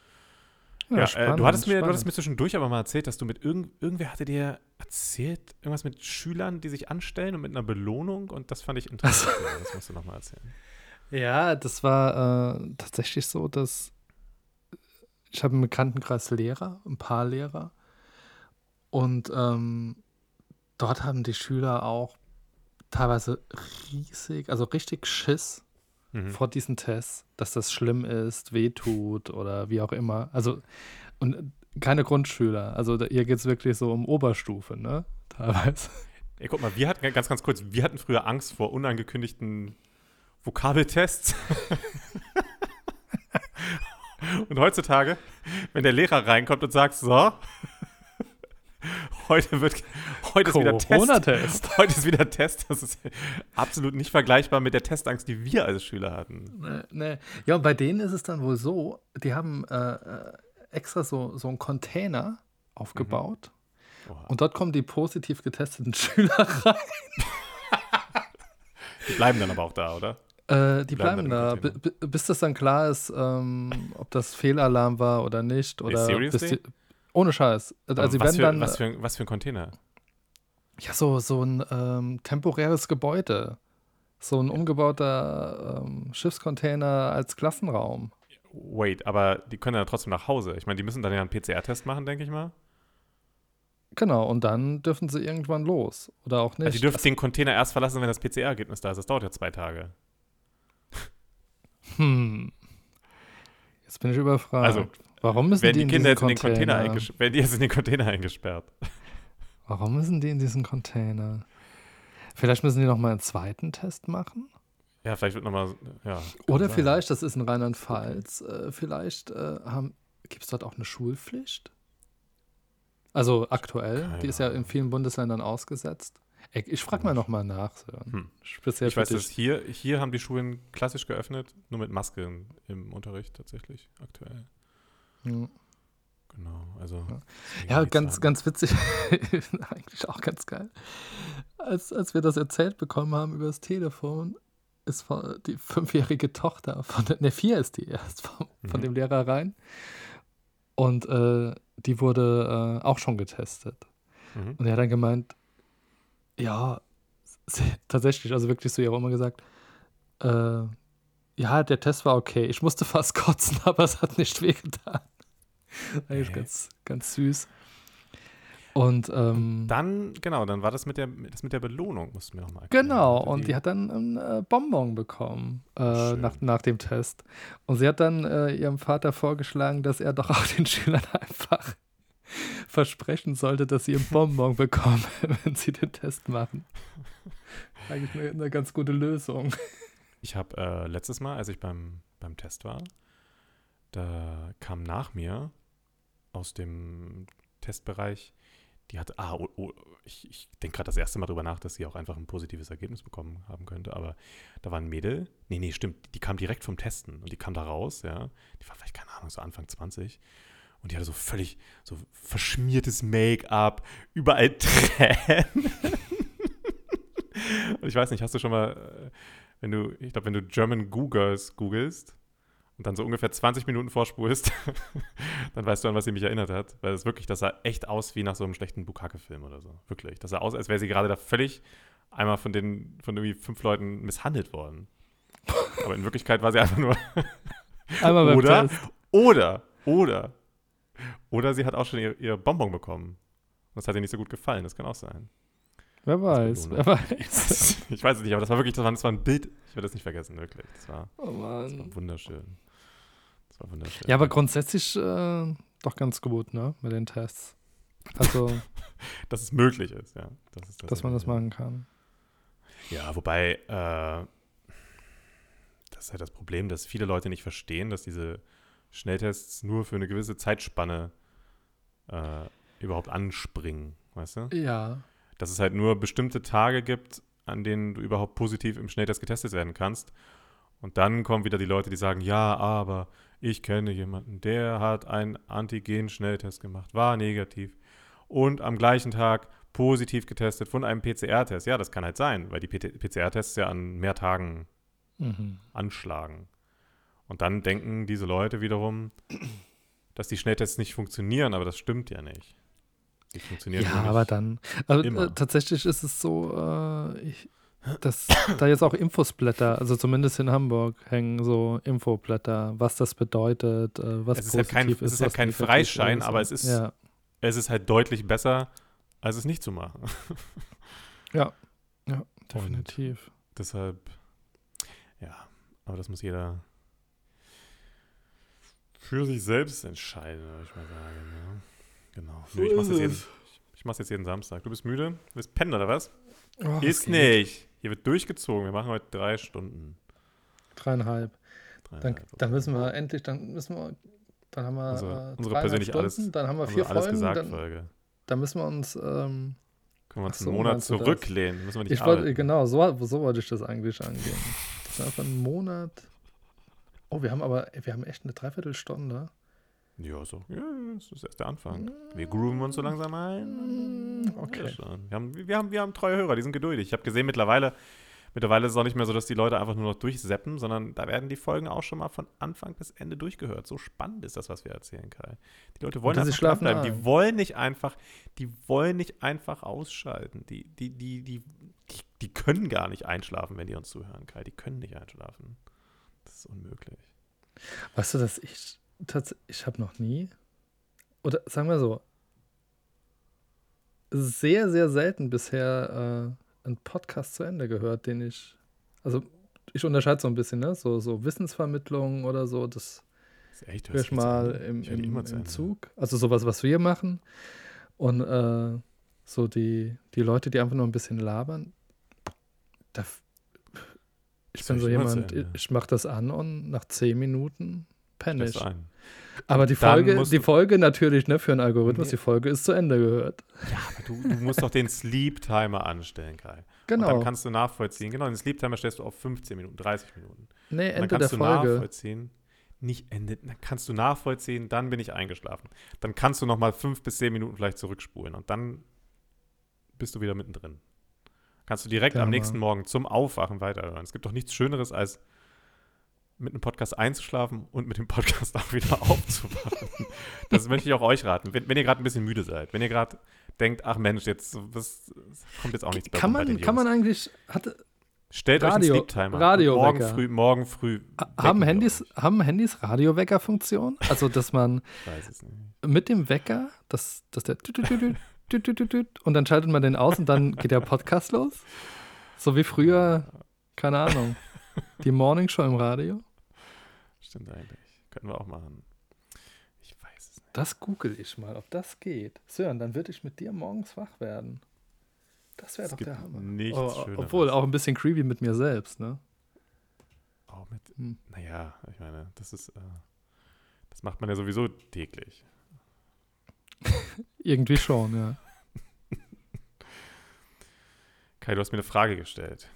Ja, spannend, du hattest mir zwischendurch aber mal erzählt, dass du mit irgendwer hatte dir erzählt, irgendwas mit Schülern, die sich anstellen und mit einer Belohnung und das fand ich interessant. Das musst du nochmal erzählen. Ja, das war tatsächlich so, dass ich habe im Bekanntenkreis Lehrer, ein paar Lehrer und dort haben die Schüler auch teilweise richtig Schiss vor diesen Tests, dass das schlimm ist, wehtut oder wie auch immer. Also, und keine Grundschüler. Also hier geht es wirklich so um Oberstufe, ne? Teilweise. Ey, guck mal, wir hatten früher Angst vor unangekündigten Vokabeltests. Und heutzutage, wenn der Lehrer reinkommt und sagt, so, heute ist wieder Test. Heute ist wieder Test. Das ist absolut nicht vergleichbar mit der Testangst, die wir als Schüler hatten. Nee. Ja, und bei denen ist es dann wohl so, die haben extra so einen Container aufgebaut. Und dort kommen die positiv getesteten Schüler rein. Die bleiben dann aber auch da, oder? Die bleiben da, bis das dann klar ist, ob das Fehlalarm war oder nicht. Oder ohne Scheiß. Also was für ein Container? Ja, so ein temporäres Gebäude. So ein umgebauter Schiffscontainer als Klassenraum. Wait, aber die können ja trotzdem nach Hause. Ich meine, die müssen dann ja einen PCR-Test machen, denke ich mal. Genau, und dann dürfen sie irgendwann los. Oder auch nicht. Also die dürfen den Container erst verlassen, wenn das PCR-Ergebnis da ist. Das dauert ja 2 Tage. Jetzt bin ich überfragt. Also, warum müssen die Kinder jetzt werden die jetzt in den Container eingesperrt? Warum müssen die in diesen Container? Vielleicht müssen die noch mal einen zweiten Test machen? Ja, vielleicht wird nochmal, ja. Oder sein. vielleicht, das ist in Rheinland-Pfalz, vielleicht gibt es dort auch eine Schulpflicht? Also aktuell, Keine die ist ja in Ahnung. vielen Bundesländern ausgesetzt. Ich frage mal nochmal nach, Sören. Speziell Ich für weiß, dass dich. hier haben die Schulen klassisch geöffnet, nur mit Maske im Unterricht tatsächlich, aktuell. Ja. Genau, also. Ja, die ganz, Zeiten. ganz witzig, eigentlich auch ganz geil. Als wir das erzählt bekommen haben über das Telefon, ist die 5-jährige Tochter ne, 4 ist die erst, von dem Lehrer rein. Und die wurde auch schon getestet. Mhm. Und er hat dann gemeint, ja, tatsächlich, also wirklich so ihre Oma gesagt, ja, der Test war okay. Ich musste fast kotzen, aber es hat nicht wehgetan. Eigentlich ganz, ganz süß. Und Dann war das mit der Belohnung, mussten wir nochmal erklären. genau, Also und die hat dann ein Bonbon bekommen Schön. nach dem Test. Und sie hat dann ihrem Vater vorgeschlagen, dass er doch auch den Schülern einfach versprechen sollte, dass sie ein Bonbon bekommen, wenn sie den Test machen. Eigentlich eine ganz gute Lösung. Ich habe letztes Mal, als ich beim Test war, da kam nach mir aus dem Testbereich, die hatte, ich denke gerade das erste Mal drüber nach, dass sie auch einfach ein positives Ergebnis bekommen haben könnte, aber da war ein Mädel, nee, stimmt, die kam direkt vom Testen und die kam da raus, ja, die war vielleicht, keine Ahnung, so Anfang 20 und die hatte so völlig so verschmiertes Make-up, überall Tränen. Und ich weiß nicht, hast du schon mal, wenn du German Googles googelst und dann so ungefähr 20 Minuten vorspulst, dann weißt du, an was sie mich erinnert hat. Weil das sah echt aus wie nach so einem schlechten Bukake-Film oder so. Wirklich. Das sah aus, als wäre sie gerade da völlig einmal von irgendwie 5 Leuten misshandelt worden. Aber in Wirklichkeit war sie einfach nur Einmal beim oder, Test. oder sie hat auch schon ihr Bonbon bekommen. Und das hat ihr nicht so gut gefallen. Das kann auch sein. Wer weiß, Belohnung. wer weiß. Ich weiß es nicht, aber das war ein Bild. Ich werde das nicht vergessen, wirklich. Das war Oh Mann. wunderschön. Ja, aber grundsätzlich doch ganz gut, ne, mit den Tests. Also, dass es möglich ist, ja. dass man das machen kann. Ja, wobei, das ist halt das Problem, dass viele Leute nicht verstehen, dass diese Schnelltests nur für eine gewisse Zeitspanne überhaupt anspringen, weißt du? Ja. Dass es halt nur bestimmte Tage gibt, an denen du überhaupt positiv im Schnelltest getestet werden kannst. Und dann kommen wieder die Leute, die sagen, ja, aber ich kenne jemanden, der hat einen Antigen-Schnelltest gemacht, war negativ und am gleichen Tag positiv getestet von einem PCR-Test. Ja, das kann halt sein, weil die PCR-Tests ja an mehr Tagen anschlagen. Und dann denken diese Leute wiederum, dass die Schnelltests nicht funktionieren, aber das stimmt ja nicht. Die funktionieren Ja, nämlich aber dann. Also, immer. tatsächlich ist es so, dass da jetzt auch Infosblätter, also zumindest in Hamburg, hängen so Infoblätter, was das bedeutet, was Es ist halt positiv es ist halt was kein negativ Freischein, ist. aber Und- es ist halt deutlich besser, als es nicht zu machen. Ja, definitiv. Deshalb, ja, aber das muss jeder für sich selbst entscheiden, würde ich mal sagen. Ne? Genau. So Nö, ist ich mach's jetzt jeden Samstag. Du bist müde? Du bist pennen oder was? Oh, Ist geht. nicht. Hier wird durchgezogen. Wir machen heute 3 Stunden. 3,5. Dann 3,5. dann haben wir Unsere 3,5 persönlich Stunden, alles- dann haben wir 4 Unsere alles Folgen, gesagt dann, Folge. dann müssen wir uns, Können wir uns Ach so, einen Monat meinst du das? zurücklehnen. Müssen wir nicht ich wollte, arbeiten. genau, so wollte ich das eigentlich angehen. Das ist einfach ein Monat. Oh, wir haben echt eine Dreiviertelstunde. Ja, so. Ja, das ist erst der Anfang. Wir grooven uns so langsam ein. Okay. Ja, schon. Wir haben treue Hörer, die sind geduldig. Ich habe gesehen, mittlerweile ist es auch nicht mehr so, dass die Leute einfach nur noch durchseppen, sondern da werden die Folgen auch schon mal von Anfang bis Ende durchgehört. So spannend ist das, was wir erzählen, Kai. Die Leute wollen Und sie einfach schlafen dranbleiben. ein. Die wollen nicht einfach ausschalten. Die können gar nicht einschlafen, wenn die uns zuhören, Kai. Die können nicht einschlafen. Das ist unmöglich. Weißt du, dass ich habe noch nie, oder sagen wir so, sehr, sehr selten bisher einen Podcast zu Ende gehört, also ich unterscheide so ein bisschen, ne? So Wissensvermittlung oder so, das Das ist echt, höre ich mal im immer zu im Ende. Zug. Also sowas, was wir machen. Und so die Leute, die einfach nur ein bisschen labern, Ich Das bin hör so ich immer zu jemand, Ende. ich mache das an und nach 10 Minuten penne Lässt ich. ein. Aber die Dann Folge, musst die du- Folge natürlich, ne, für einen Algorithmus, Nee. die Folge ist zu Ende gehört. Aber du musst doch den Sleep-Timer anstellen, Kai. Und dann Genau. kannst du nachvollziehen. Genau, den Sleep-Timer stellst du auf 15 Minuten, 30 Minuten. Nee, Und dann Ende der kannst du Folge. nachvollziehen, nicht Ende, dann kannst du nachvollziehen, dann bin ich eingeschlafen. Dann kannst du nochmal 5 bis 10 Minuten vielleicht zurückspulen und dann bist du wieder mittendrin. Kannst du direkt Ja, am Mann. nächsten Morgen zum Aufwachen weiterhören. Es gibt doch nichts Schöneres, als mit einem Podcast einzuschlafen und mit dem Podcast auch wieder aufzuwachen. Das möchte ich auch euch raten. Wenn ihr gerade ein bisschen müde seid, wenn ihr gerade denkt, ach Mensch, jetzt kommt jetzt auch nichts mehr Kann rum bei den man, kann man Jungs. eigentlich, Stellt euch einen Radio- Sleep-Timer. Radiowecker. Morgen früh. haben wecken wir Handys Radiowecker-Funktion? Also, dass man euch. Weiß es nicht. mit dem Wecker, dass der und dann schaltet man den aus und dann geht der Podcast los? So wie früher, keine Ahnung, die Morning Show im Radio? Stimmt eigentlich. Könnten wir auch machen. Ich weiß es nicht. Das google ich mal, ob das geht. Sören, dann würde ich mit dir morgens wach werden. Das wäre Es doch gibt der Hammer. nichts Schöneres. Obwohl, auch ein bisschen creepy mit mir selbst, ne? Auch mit, Hm. naja, ich meine, das macht man ja sowieso täglich. Irgendwie schon, ja. Kai, du hast mir eine Frage gestellt.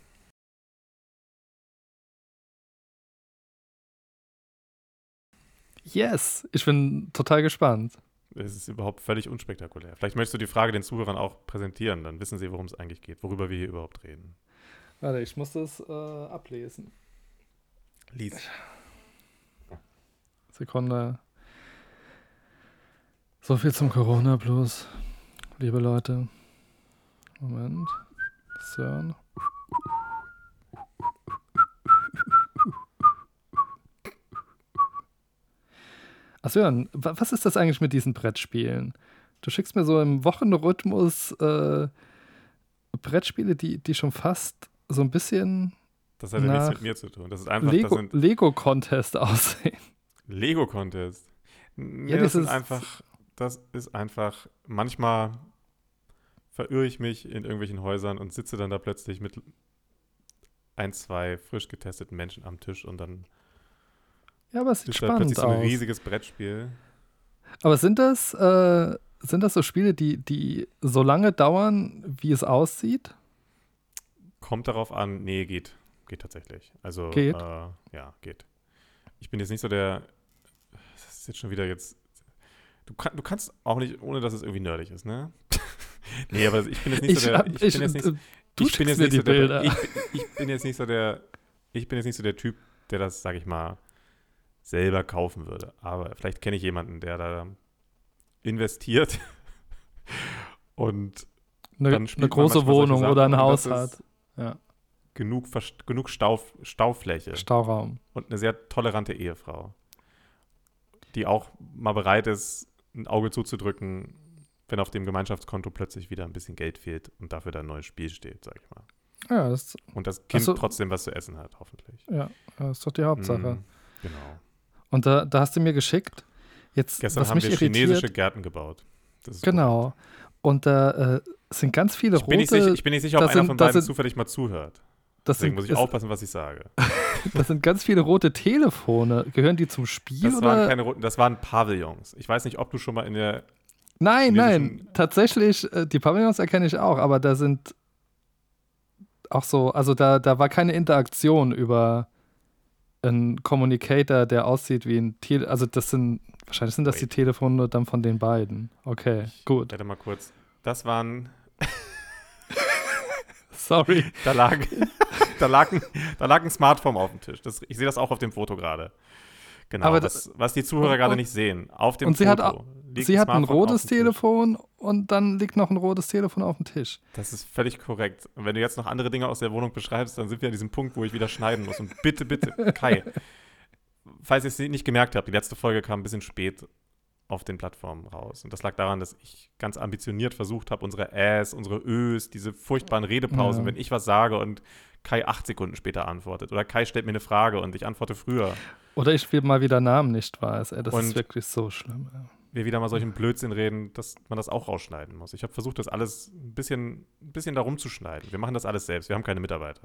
Yes, ich bin total gespannt. Es ist überhaupt völlig unspektakulär. Vielleicht möchtest du die Frage den Zuhörern auch präsentieren, dann wissen sie, worum es eigentlich geht, worüber wir hier überhaupt reden. Warte, ich muss das ablesen. Lies. Sekunde. So viel zum Corona Plus, liebe Leute. Moment. Sören. Ach Sören, was ist das eigentlich mit diesen Brettspielen? Du schickst mir so im Wochenrhythmus Brettspiele, die schon fast so ein bisschen Das hat ja nichts Nach mit mir zu tun. Das ist einfach, das sind Lego-Contest aussehen. Lego-Contest. Nee, Ja, das ist einfach, manchmal verirre ich mich in irgendwelchen Häusern und sitze dann da plötzlich mit 1, 2 frisch getesteten Menschen am Tisch und dann Ja, aber es sieht ist da spannend plötzlich so ein aus. riesiges Brettspiel. Aber sind das so Spiele, die so lange dauern, wie es aussieht? Kommt darauf an, nee, geht tatsächlich. Also, Geht? Ja, geht. Ich bin jetzt nicht so der, das ist jetzt schon wieder jetzt, du kannst auch nicht, ohne dass es irgendwie nerdig ist, ne? Nee, aber ich bin jetzt nicht so der, Du ich bin schickst jetzt mir nicht die so der, Bilder. ich bin jetzt nicht so der Typ, der das, sag ich mal, selber kaufen würde. Aber vielleicht kenne ich jemanden, der da investiert und dann Eine spielt man große manchmal solche Wohnung Sachen oder ein und Haus das ist hat. Ja, genug Staufläche Stauraum. und eine sehr tolerante Ehefrau, die auch mal bereit ist, ein Auge zuzudrücken, wenn auf dem Gemeinschaftskonto plötzlich wieder ein bisschen Geld fehlt und dafür dann ein neues Spiel steht, sag ich mal. Ja, das Und das Kind so. trotzdem was zu essen hat, hoffentlich. das ist doch die Hauptsache. Mhm, genau. Und da hast du mir geschickt, jetzt, Gestern was haben mich wir irritiert, chinesische Gärten gebaut. Das ist genau. Und da sind ganz viele korrekt. Ich bin nicht sicher, ob das einer sind- von das beiden sind- zufällig mal zuhört. das Deswegen sind, muss ich es- aufpassen, was ich sage. das sind ganz viele rote Telefone. Gehören die zum Spiel Das waren oder? keine roten, das waren Pavillons. Ich weiß nicht, ob du schon mal in der Nein, chinesischen- tatsächlich, die Pavillons erkenne ich auch, aber da sind auch so, also da war keine Interaktion über einen Communicator, der aussieht wie ein also wahrscheinlich sind das die Wait. Telefone dann von den beiden. Okay, gut. Warte mal kurz. Das waren, Sorry. da lag ein Smartphone auf dem Tisch. Ich sehe das auch auf dem Foto gerade. Genau, Aber was die Zuhörer gerade und- nicht sehen. Auf dem und sie Foto hat auch- liegt Sie hat ein Smartphone rotes auf dem Tisch. Telefon und dann liegt noch ein rotes Telefon auf dem Tisch. Das ist völlig korrekt. Und wenn du jetzt noch andere Dinge aus der Wohnung beschreibst, dann sind wir an diesem Punkt, wo ich wieder schneiden muss. Und bitte, bitte, Kai, falls ihr es nicht gemerkt habt, die letzte Folge kam ein bisschen spät auf den Plattformen raus. Und das lag daran, dass ich ganz ambitioniert versucht habe, unsere Äs, unsere Ös, diese furchtbaren Redepausen, Ja. wenn ich was sage und Kai 8 Sekunden später antwortet. Oder Kai stellt mir eine Frage und ich antworte früher. Oder ich mal wieder Namen nicht weiß. Ey, das Und- ist wirklich so schlimm. Ja. Wir wieder mal solchen Blödsinn reden, dass man das auch rausschneiden muss. Ich habe versucht, das alles ein bisschen da rumzuschneiden. Wir machen das alles selbst. Wir haben keine Mitarbeiter.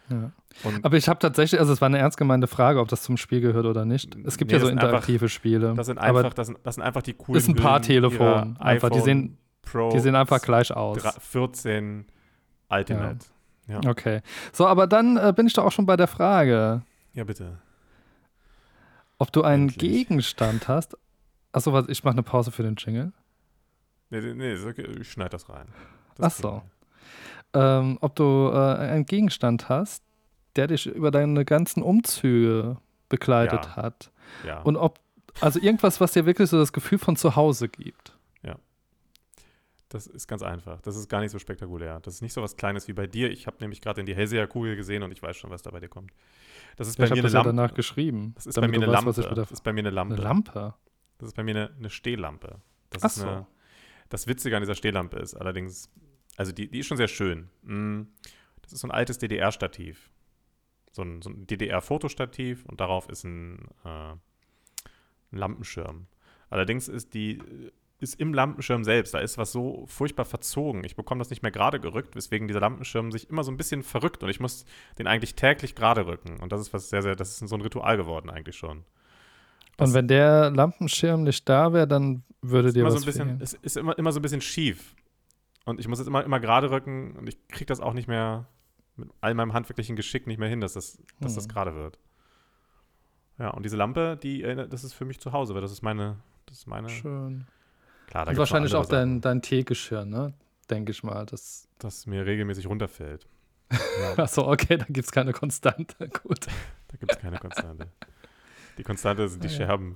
Ja. Und Aber ich habe tatsächlich, also es war eine ernst gemeinte Frage, ob das zum Spiel gehört oder nicht. Es gibt Nee, ja so das sind einfach- interaktive Spiele. das sind aber einfach, das sind einfach die coolen ist ein Paar-Telefon. ihrer Einfach, die iPhone sehen Pro einfach gleich aus. 14 Ultimate. Ja, Okay. So, aber dann bin ich doch auch schon bei der Frage, ja bitte. ob du einen Endlich. Gegenstand hast. Achso, was, ich mache eine Pause für den Jingle. Nee, ist okay. Ich schneide das rein. Ach so. Ob du einen Gegenstand hast, der dich über deine ganzen Umzüge begleitet Ja. hat. Ja. Und ob, also irgendwas, was dir wirklich so das Gefühl von zu Hause gibt. Das ist ganz einfach. Das ist gar nicht so spektakulär. Das ist nicht so was Kleines wie bei dir. Ich habe nämlich gerade in die Hellseher-Kugel gesehen und ich weiß schon, was da bei dir kommt. Das ist Ja, bei ich mir habe eine das ja Lampe. danach geschrieben. Das ist damit bei mir du eine weißt, was Lampe. ich wieder- Das ist bei mir eine Lampe. Eine Lampe? Das ist bei mir eine Stehlampe. Das Ach ist so. das Witzige an dieser Stehlampe ist allerdings, also die ist schon sehr schön. Das ist so ein altes DDR-Stativ. So ein DDR-Fotostativ und darauf ist ein Lampenschirm. Allerdings ist im Lampenschirm selbst, da ist was so furchtbar verzogen. Ich bekomme das nicht mehr gerade gerückt, weswegen dieser Lampenschirm sich immer so ein bisschen verrückt und ich muss den eigentlich täglich gerade rücken. Und das ist was das ist so ein Ritual geworden eigentlich schon. Und wenn der Lampenschirm nicht da wäre, dann würde dir immer was so ein bisschen, fehlen. es ist immer so ein bisschen schief. Und ich muss es immer gerade rücken und ich kriege das auch nicht mehr mit all meinem handwerklichen Geschick nicht mehr hin, dass das gerade wird. Ja, und diese Lampe, das ist für mich zu Hause, weil das ist meine. Schön. Klar, da Und gibt's noch wahrscheinlich auch andere Sachen, dein Teegeschirr, ne? Denke ich mal. das mir regelmäßig runterfällt. Ja, Achso, okay, da gibt es keine Konstante. Gut. da gibt es keine Konstante. Die Konstante sind die Scherben.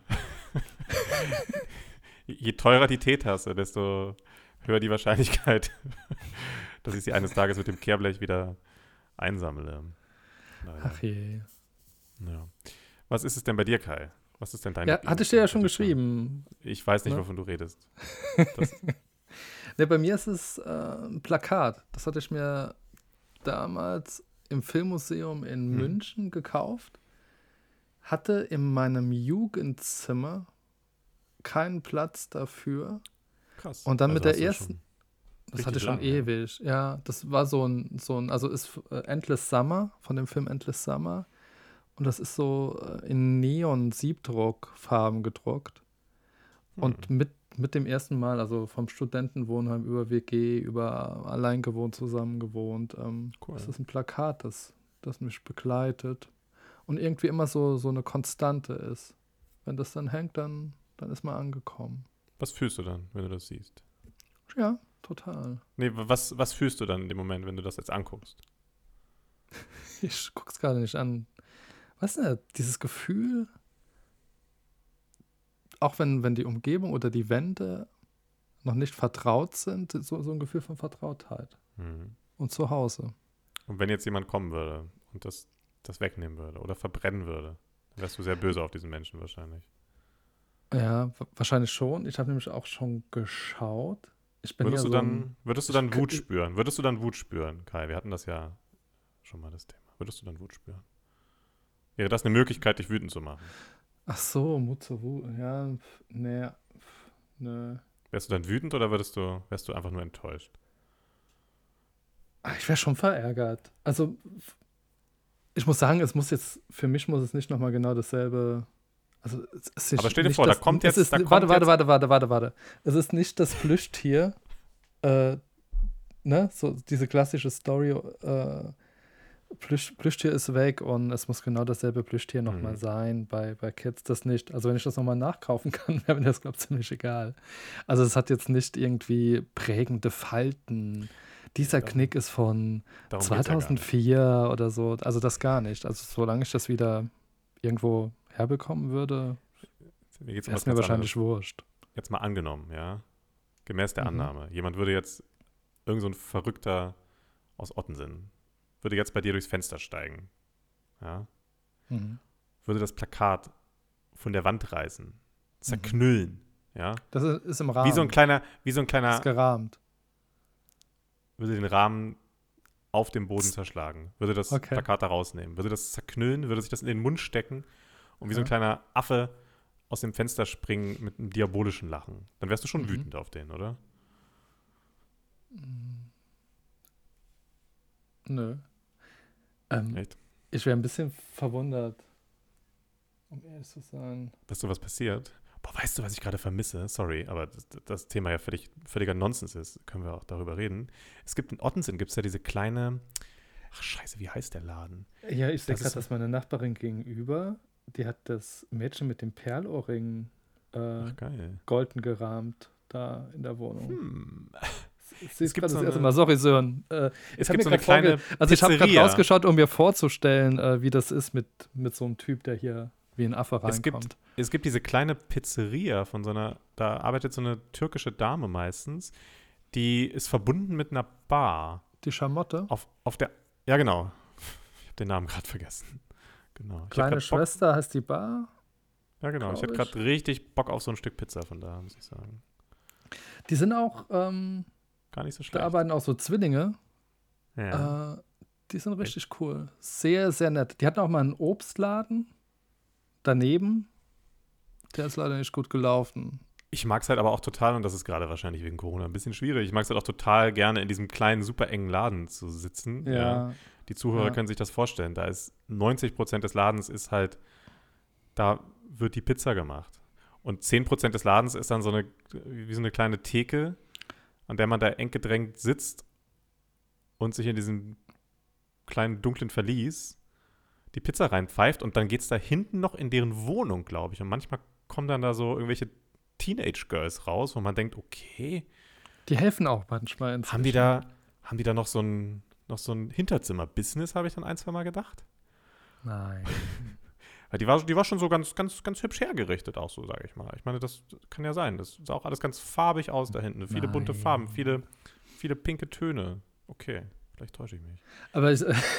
Je teurer die Teetasse, desto höher die Wahrscheinlichkeit, dass ich sie eines Tages mit dem Kehrblech wieder einsammle. Naja. Ach je. Ja. Was ist es denn bei dir, Kai? Was ist denn dein Ja, hatte ich dir ja schon Lieblingsgegenstand? geschrieben. Ich weiß nicht, Ne? wovon du redest. Ne, bei mir ist es ein Plakat. Das hatte ich mir damals im Filmmuseum in München gekauft. Hatte in meinem Jugendzimmer keinen Platz dafür. Krass. Und dann mit der hast du ersten. schon Das richtig hatte ich schon lang, ja. ewig. Ja, das war so ein also ist Endless Summer, von dem Film Endless Summer. Und das ist so in Neon-Siebdruckfarben gedruckt. Und mit dem ersten Mal, also vom Studentenwohnheim über WG, über allein gewohnt, zusammen gewohnt, Cool. das ist ein Plakat, das mich begleitet. Und irgendwie immer so eine Konstante ist. Wenn das dann hängt, dann ist man angekommen. Was fühlst du dann, wenn du das siehst? Ja, total. Nee, was fühlst du dann in dem Moment, wenn du das jetzt anguckst? Ich guck's gerade nicht an. Weißt du, dieses Gefühl, auch wenn die Umgebung oder die Wände noch nicht vertraut sind, so ein Gefühl von Vertrautheit und zu Hause. Und wenn jetzt jemand kommen würde und das wegnehmen würde oder verbrennen würde, dann wärst du sehr böse auf diesen Menschen wahrscheinlich. Ja, wahrscheinlich schon. Ich habe nämlich auch schon geschaut. Ich bin Würdest ja du so dann Wut spüren? Würdest du dann Wut spüren, Kai? Wir hatten das ja schon mal das Thema. Würdest du dann Wut spüren? Wäre das eine Möglichkeit, dich wütend zu machen? Ach so, Mut zur Wut. Ja, nee. Wärst du dann wütend oder wärst du einfach nur enttäuscht? Ich wäre schon verärgert. Also, ich muss sagen, für mich muss es nicht nochmal genau dasselbe. Also, es ist Aber stell dir nicht vor, da kommt jetzt. Warte. Es ist nicht das Plüschtier, ne? So diese klassische Story, Plüschtier ist weg und es muss genau dasselbe Plüschtier nochmal sein. Bei Kids das nicht. Also wenn ich das nochmal nachkaufen kann, wäre mir das, glaube ich, ziemlich egal. Also es hat jetzt nicht irgendwie prägende Falten. Dieser Knick ist von Darum geht's ja gar nicht. 2004 oder so. Also das gar nicht. Also solange ich das wieder irgendwo herbekommen würde, Mir geht's um wäre was es mir ganz wahrscheinlich anderes. wurscht. Jetzt mal angenommen, ja. Gemäß der Annahme. Jemand würde jetzt, irgend so ein Verrückter aus Ottensen, würde jetzt bei dir durchs Fenster steigen. Ja. Würde das Plakat von der Wand reißen. Zerknüllen. Ja. Das ist im Rahmen. Wie so ein kleiner, ist gerahmt. würde den Rahmen auf dem Boden zerschlagen. Würde das Okay. Plakat da rausnehmen. Würde das zerknüllen, würde sich das in den Mund stecken und wie so ein Ja. kleiner Affe aus dem Fenster springen mit einem diabolischen Lachen. Dann wärst du schon wütend auf den, oder? Nö. Echt? Ich wäre ein bisschen verwundert, um ehrlich zu sein. Dass sowas passiert. Boah, weißt du, was ich gerade vermisse? Sorry, aber das Thema ja völliger Nonsens ist. Können wir auch darüber reden. Es gibt in Ottensen, gibt es ja diese kleine, ach scheiße, wie heißt der Laden? Ja, ich sehe Das gerade, ist- dass meine Nachbarin gegenüber, die hat das Mädchen mit dem Perlohrring Ach, geil. golden gerahmt da in der Wohnung. Sie ist gibt gerade so das erste eine- Mal, sorry Sören. Es hab gibt mir so eine grad kleine also ich habe gerade Pizzeria. rausgeschaut, um mir vorzustellen, wie das ist mit so einem Typ, der hier wie ein Affe Es reinkommt. Es gibt diese kleine Pizzeria von so einer, da arbeitet so eine türkische Dame meistens, die ist verbunden mit einer Bar. Die Schamotte. Auf der, ja genau, ich habe den Namen gerade vergessen. Genau. Ich hab Kleine grad Bock, Schwester heißt die Bar. ja genau, ich hätte glaub ich. gerade richtig Bock auf so ein Stück Pizza von da, muss ich sagen. Die sind auch, Gar nicht so da schlecht. arbeiten auch so Zwillinge. Ja. Die sind richtig cool. Sehr, sehr nett. Die hatten auch mal einen Obstladen daneben. Der ist leider nicht gut gelaufen. Ich mag es halt aber auch total, und das ist gerade wahrscheinlich wegen Corona ein bisschen schwierig, ich mag es halt auch total gerne in diesem kleinen, super engen Laden zu sitzen. Ja. Die Zuhörer Ja. können sich das vorstellen. Da ist 90% des Ladens ist halt, da wird die Pizza gemacht. Und 10% des Ladens ist dann wie so eine kleine Theke, an der man da eng gedrängt sitzt und sich in diesem kleinen, dunklen Verlies die Pizza reinpfeift. Und dann geht es da hinten noch in deren Wohnung, glaube ich. Und manchmal kommen dann da so irgendwelche Teenage-Girls raus, wo man denkt, okay, Die helfen auch manchmal inzwischen. haben die da noch so ein Hinterzimmer-Business, habe ich dann 1, 2 Mal gedacht. Nein. Weil die war schon so ganz, ganz, ganz hübsch hergerichtet, auch so, sage ich mal. Ich meine, das kann ja sein. Das sah auch alles ganz farbig aus da hinten. Viele bunte Nein. Farben, viele pinke Töne. Okay, vielleicht täusche ich mich. Aber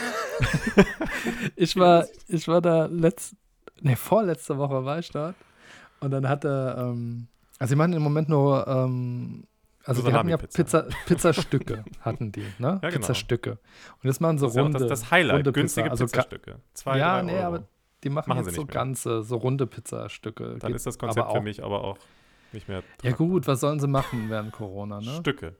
ich war da vorletzte Woche war ich dort. Und dann hat er, also die machen im Moment nur, also So die hatten ja Salami-Pizza. Pizzastücke, hatten die, ne? Ja, genau. Pizzastücke. Und jetzt machen sie Das ist ja auch runde. das Highlight, runde günstige Pizza. Also Pizzastücke. 2, ja, 3 nee, Euro. aber die machen Machen sie jetzt so nicht mehr. ganze, so runde Pizzastücke. Dann Geht ist das Konzept aber für auch- mich aber auch nicht mehr Ja gut, was sollen sie machen während Corona, ne? Stücke.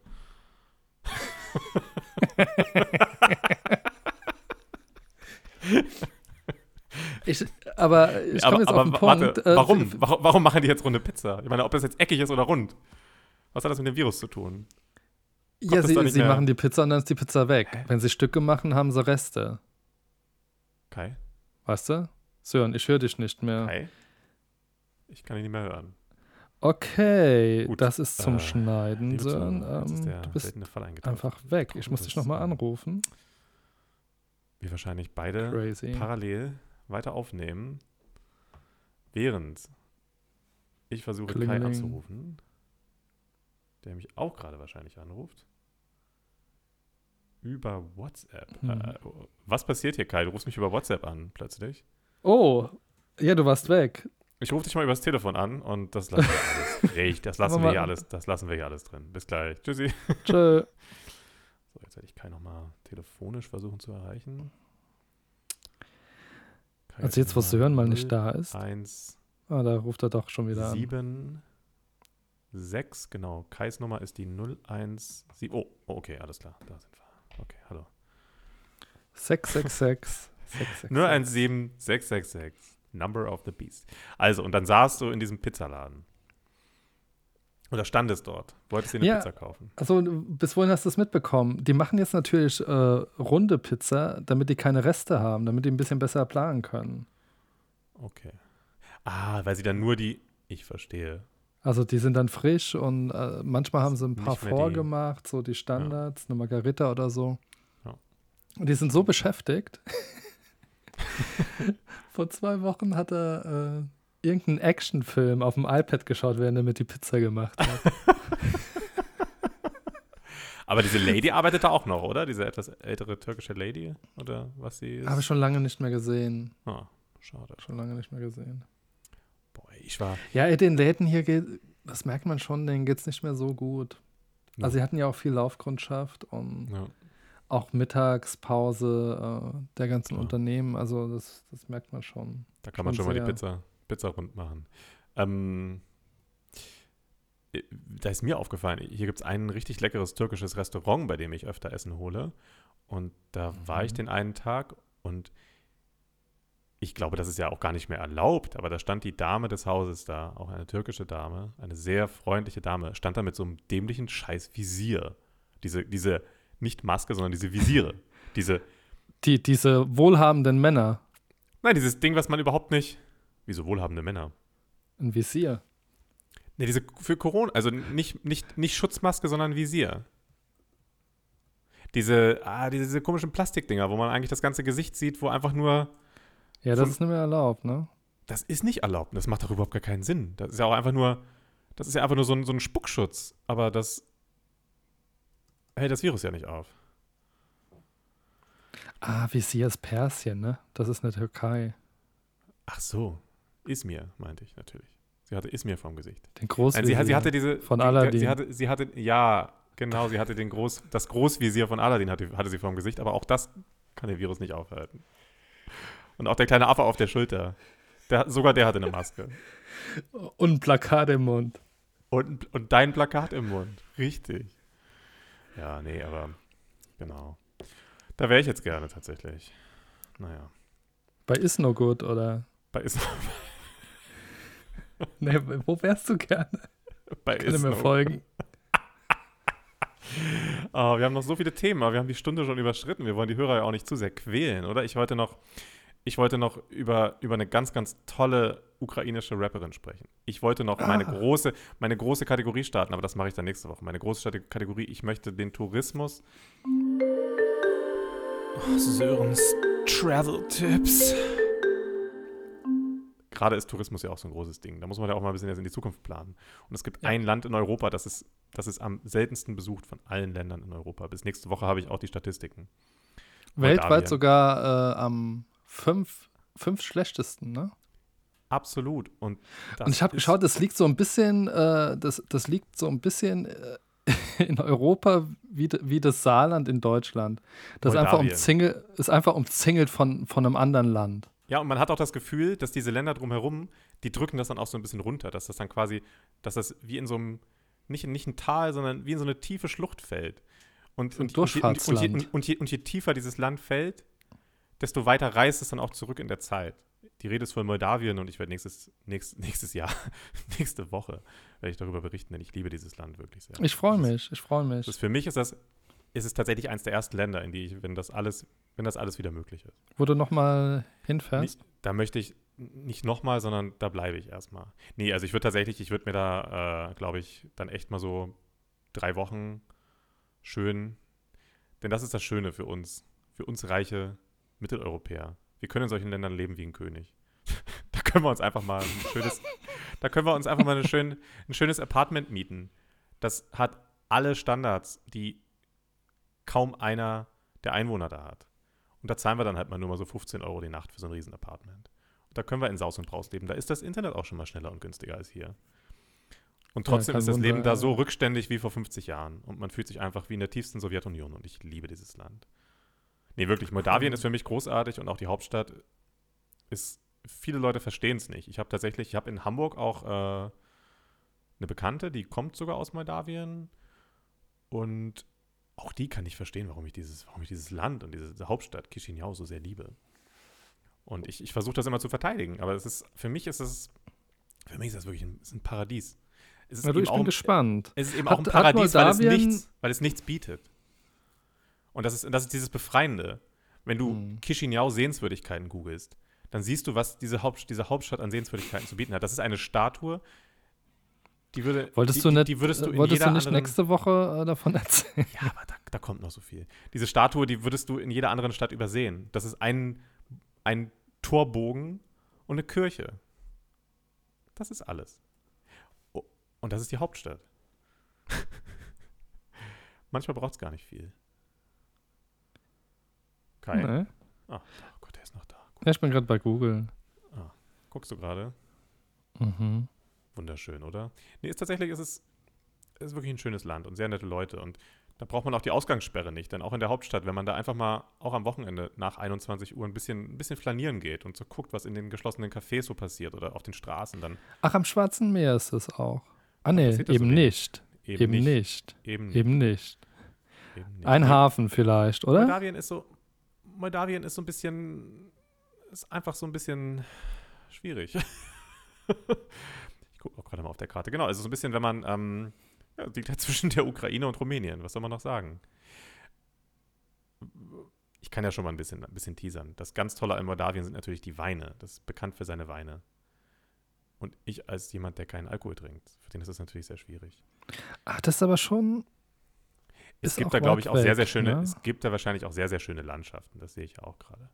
Aber ich komme jetzt auf den Punkt. Warte, warum machen die jetzt runde Pizza? Ich meine, ob das jetzt eckig ist oder rund. Was hat das mit dem Virus zu tun? Ja, es da nicht sie mehr- machen die Pizza und dann ist die Pizza weg. Wenn sie Stücke machen, haben sie Reste. Kai? Weißt du? Sören, ich höre dich nicht mehr. Kai? Ich kann ihn nicht mehr hören. Okay, Gut, das ist zum äh, Schneiden, Liebe Sören. Zuhörer, jetzt ist der Du bist seltene Fall eingetroffen. einfach weg. Ich muss dich nochmal anrufen. Wir wahrscheinlich beide Crazy. parallel weiter aufnehmen, während ich versuche, Kai Klingeling. anzurufen, der mich auch gerade wahrscheinlich anruft. Über WhatsApp. Was passiert hier, Kai? Du rufst mich über WhatsApp an, plötzlich. Oh, ja, du warst weg. Ich rufe dich mal übers Telefon an und das lassen wir alles. Das lassen wir hier alles drin. Bis gleich. Tschüssi. Tschö. So, jetzt werde ich Kai nochmal telefonisch versuchen zu erreichen. Kai Also jetzt, wo Sören mal nicht da ist. 1, Ah, da ruft er doch schon wieder an. 7, 6, genau. Kais Nummer ist die 017. Oh, okay, alles klar. Da sind wir. Okay, hallo. 666. 666. 017 666. Number of the Beast. Also, und dann saßt du in diesem Pizzaladen. Oder standest dort. Wolltest dir eine Ja. Pizza kaufen. Also, bis wohin hast du es mitbekommen? Die machen jetzt natürlich runde Pizza, damit die keine Reste haben, damit die ein bisschen besser planen können. Okay. Ah, weil sie dann nur die. Ich verstehe. Also die sind dann frisch und manchmal haben sie ein paar Nicht mehr die- vorgemacht, so die Standards, eine Margarita oder so. Ja. Und die sind so beschäftigt. Vor 2 Wochen hat er irgendeinen Actionfilm auf dem iPad geschaut, während er mit die Pizza gemacht hat. Aber diese Lady arbeitet da auch noch, oder? Diese etwas ältere türkische Lady? Oder was sie ist? Habe ich schon lange nicht mehr gesehen. Ah, schade. Schon lange nicht mehr gesehen. Boah, ich war. Ja, den Läden hier geht, das merkt man schon, denen geht es nicht mehr so gut. Also sie hatten ja auch viel Laufkundschaft und Ja. auch Mittagspause der ganzen Klar. Unternehmen. Also das merkt man schon. Da kann man schon mal die sehr. Pizza rund machen. Da ist mir aufgefallen, hier gibt es ein richtig leckeres türkisches Restaurant, bei dem ich öfter Essen hole. Und da war ich den einen Tag Und ich glaube, das ist ja auch gar nicht mehr erlaubt, aber da stand die Dame des Hauses da, auch eine türkische Dame, eine sehr freundliche Dame, stand da mit so einem dämlichen scheiß Visier. Diese nicht Maske, sondern diese Visiere. Diese wohlhabenden Männer. Nein, dieses Ding, was man überhaupt nicht. Wieso wohlhabende Männer? Ein Visier. Ne, diese für Corona, also nicht Schutzmaske, sondern Visier. Diese komischen Plastikdinger, wo man eigentlich das ganze Gesicht sieht, wo einfach nur. Ja, das ist nicht mehr erlaubt, ne? Das ist nicht erlaubt. Das macht doch überhaupt gar keinen Sinn. Das ist ja einfach nur so ein Spuckschutz. Aber das hält das Virus ja nicht auf. Visier ist Persien, ne? Das ist eine Türkei. Ach so. Izmir, meinte ich natürlich. Sie hatte Izmir vorm Gesicht. Den Großvisier. Sie hatte diese. Von Aladdin. Sie hatte, ja, genau, sie hatte das Großvisier von Aladdin hatte sie vorm Gesicht, aber auch das kann der Virus nicht aufhalten. Und auch der kleine Affe auf der Schulter. Sogar der hatte eine Maske. Und ein Plakat im Mund. Und dein Plakat im Mund. Richtig. Ja, nee, aber genau. Da wäre ich jetzt gerne tatsächlich. Naja. Bei Is No Good, oder? Nee, wo wärst du gerne? Bei Kann Is mir No folgen. Wir haben noch so viele Themen, aber wir haben die Stunde schon überschritten. Wir wollen die Hörer ja auch nicht zu sehr quälen, oder? Ich wollte noch über eine ganz, ganz tolle ukrainische Rapperin sprechen. Ich wollte noch meine große Kategorie starten, aber das mache ich dann nächste Woche. Meine große Kategorie, ich möchte den Tourismus. Sörens Travel-Tipps. Gerade ist Tourismus ja auch so ein großes Ding. Da muss man ja auch mal ein bisschen jetzt in die Zukunft planen. Und es gibt ein Land in Europa, das ist am seltensten besucht von allen Ländern in Europa. Bis nächste Woche habe ich auch die Statistiken. Weltweit Moldawien. sogar am fünf schlechtesten, ne? Absolut. Und ich habe geschaut, das liegt so ein bisschen, das liegt so ein bisschen in Europa wie das Saarland in Deutschland. Das ist einfach umzingelt von einem anderen Land. Ja, und man hat auch das Gefühl, dass diese Länder drumherum, die drücken das dann auch so ein bisschen runter, dass das dann quasi, dass das wie in so einem, nicht ein Tal, sondern wie in so eine tiefe Schlucht fällt. Und je tiefer dieses Land fällt, desto weiter reißt es dann auch zurück in der Zeit. Die Rede ist von Moldawien und ich werde nächstes Jahr, nächste Woche, werde ich darüber berichten, denn ich liebe dieses Land wirklich sehr. Ich freue mich. Für mich ist es tatsächlich eins der ersten Länder, in die ich, wenn das alles wieder möglich ist. Wo du nochmal hinfährst? Da möchte ich nicht nochmal, sondern da bleibe ich erstmal. Nee, also ich würde mir da, glaube ich, dann echt mal so 3 Wochen schön, denn das ist das Schöne für uns reiche Mitteleuropäer. Wir können in solchen Ländern leben wie ein König. Da können wir uns einfach mal ein schönes Apartment mieten. Das hat alle Standards, die kaum einer der Einwohner da hat. Und da zahlen wir dann halt nur mal so 15 € die Nacht für so ein riesen Apartment. Und da können wir in Saus und Braus leben. Da ist das Internet auch schon mal schneller und günstiger als hier. Und trotzdem ist das Leben da so rückständig wie vor 50 Jahren. Und man fühlt sich einfach wie in der tiefsten Sowjetunion. Und ich liebe dieses Land. Nee, wirklich, Moldawien ist für mich großartig und auch die Hauptstadt ist, viele Leute verstehen es nicht. Ich habe in Hamburg auch eine Bekannte, die kommt sogar aus Moldawien und auch die kann nicht verstehen, warum ich dieses Land und diese Hauptstadt Chișinău so sehr liebe. Und ich versuche das immer zu verteidigen, aber für mich ist das wirklich ein Paradies. Ich bin gespannt. Es ist eben auch ein Paradies, weil es nichts bietet. Und das ist dieses Befreiende. Wenn du Chișinău Sehenswürdigkeiten googelst, dann siehst du, was diese Hauptstadt an Sehenswürdigkeiten zu bieten hat. Das ist eine Statue, Wolltest du nicht nächste Woche davon erzählen? Ja, aber da kommt noch so viel. Diese Statue, die würdest du in jeder anderen Stadt übersehen. Das ist ein Torbogen und eine Kirche. Das ist alles. Oh, und das ist die Hauptstadt. Manchmal braucht es gar nicht viel. Kai? Nee. Oh Gott, der ist noch da. Gut. Ja, ich bin gerade bei Google. Guckst du gerade? Mhm. Wunderschön, oder? Nee, es ist wirklich ein schönes Land und sehr nette Leute. Und da braucht man auch die Ausgangssperre nicht. Denn auch in der Hauptstadt, wenn man da einfach mal auch am Wochenende nach 21 Uhr ein bisschen flanieren geht und so guckt, was in den geschlossenen Cafés so passiert oder auf den Straßen, dann. Ach, am Schwarzen Meer ist es auch. Nee, eben nicht. Eben nicht. Ein Hafen vielleicht, oder? Moldawien ist ist einfach so ein bisschen schwierig. Ich gucke auch gerade mal auf der Karte. Genau, also so ein bisschen, wenn man, liegt halt zwischen der Ukraine und Rumänien. Was soll man noch sagen? Ich kann ja schon mal ein bisschen teasern. Das ganz Tolle an Moldawien sind natürlich die Weine. Das ist bekannt für seine Weine. Und ich als jemand, der keinen Alkohol trinkt, für den ist das natürlich sehr schwierig. Das ist aber schon. Es Ist gibt auch da, glaube ich, weit auch sehr, weg, sehr schöne, ne? es gibt da wahrscheinlich auch sehr, sehr schöne Landschaften. Das sehe ich ja auch gerade.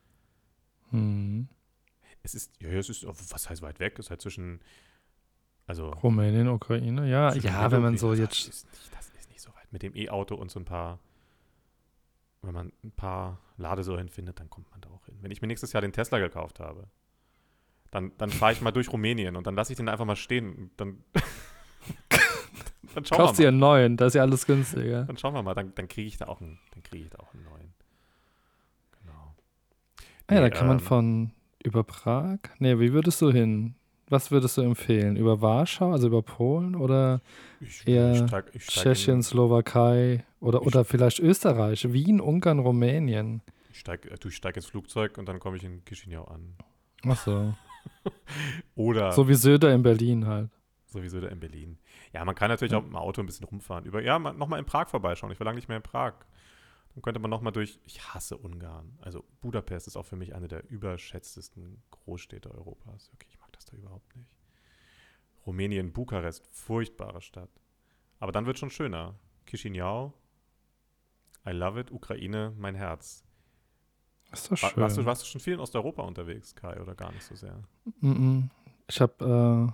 Es ist, was heißt weit weg? Es ist halt also Rumänien, Ukraine, ja. zwischen Ja, Rumänien wenn und man so Ukraine. jetzt. Das ist nicht so weit. Mit dem E-Auto und wenn man ein paar Ladesäulen findet, dann kommt man da auch hin. Wenn ich mir nächstes Jahr den Tesla gekauft habe, dann fahre ich mal durch Rumänien und dann lasse ich den einfach mal stehen. Und dann schauen Kaufst wir dir mal. einen neuen, das ist ja alles günstiger. Dann schauen wir mal. Dann kriege ich da auch einen neuen. Genau. Da kann man über Prag. Nee, wie würdest du hin? Was würdest du empfehlen? Über Warschau, also über Polen oder eher ich Tschechien, Slowakei oder vielleicht Österreich, Wien, Ungarn, Rumänien? Ich steige ins Flugzeug und dann komme ich in Chișinău an. Ach so. Oder So wie Söder in Berlin halt. sowieso da in Berlin. Ja, man kann natürlich auch mit dem Auto ein bisschen rumfahren. Nochmal in Prag vorbeischauen. Ich war lange nicht mehr in Prag. Dann könnte man nochmal ich hasse Ungarn. Also Budapest ist auch für mich eine der überschätztesten Großstädte Europas. Okay, ich mag das da überhaupt nicht. Rumänien, Bukarest, furchtbare Stadt. Aber dann wird schon schöner. Chișinău, I love it. Ukraine, mein Herz. Ist doch schön. Warst du schon viel in Osteuropa unterwegs, Kai, oder gar nicht so sehr? Ich habe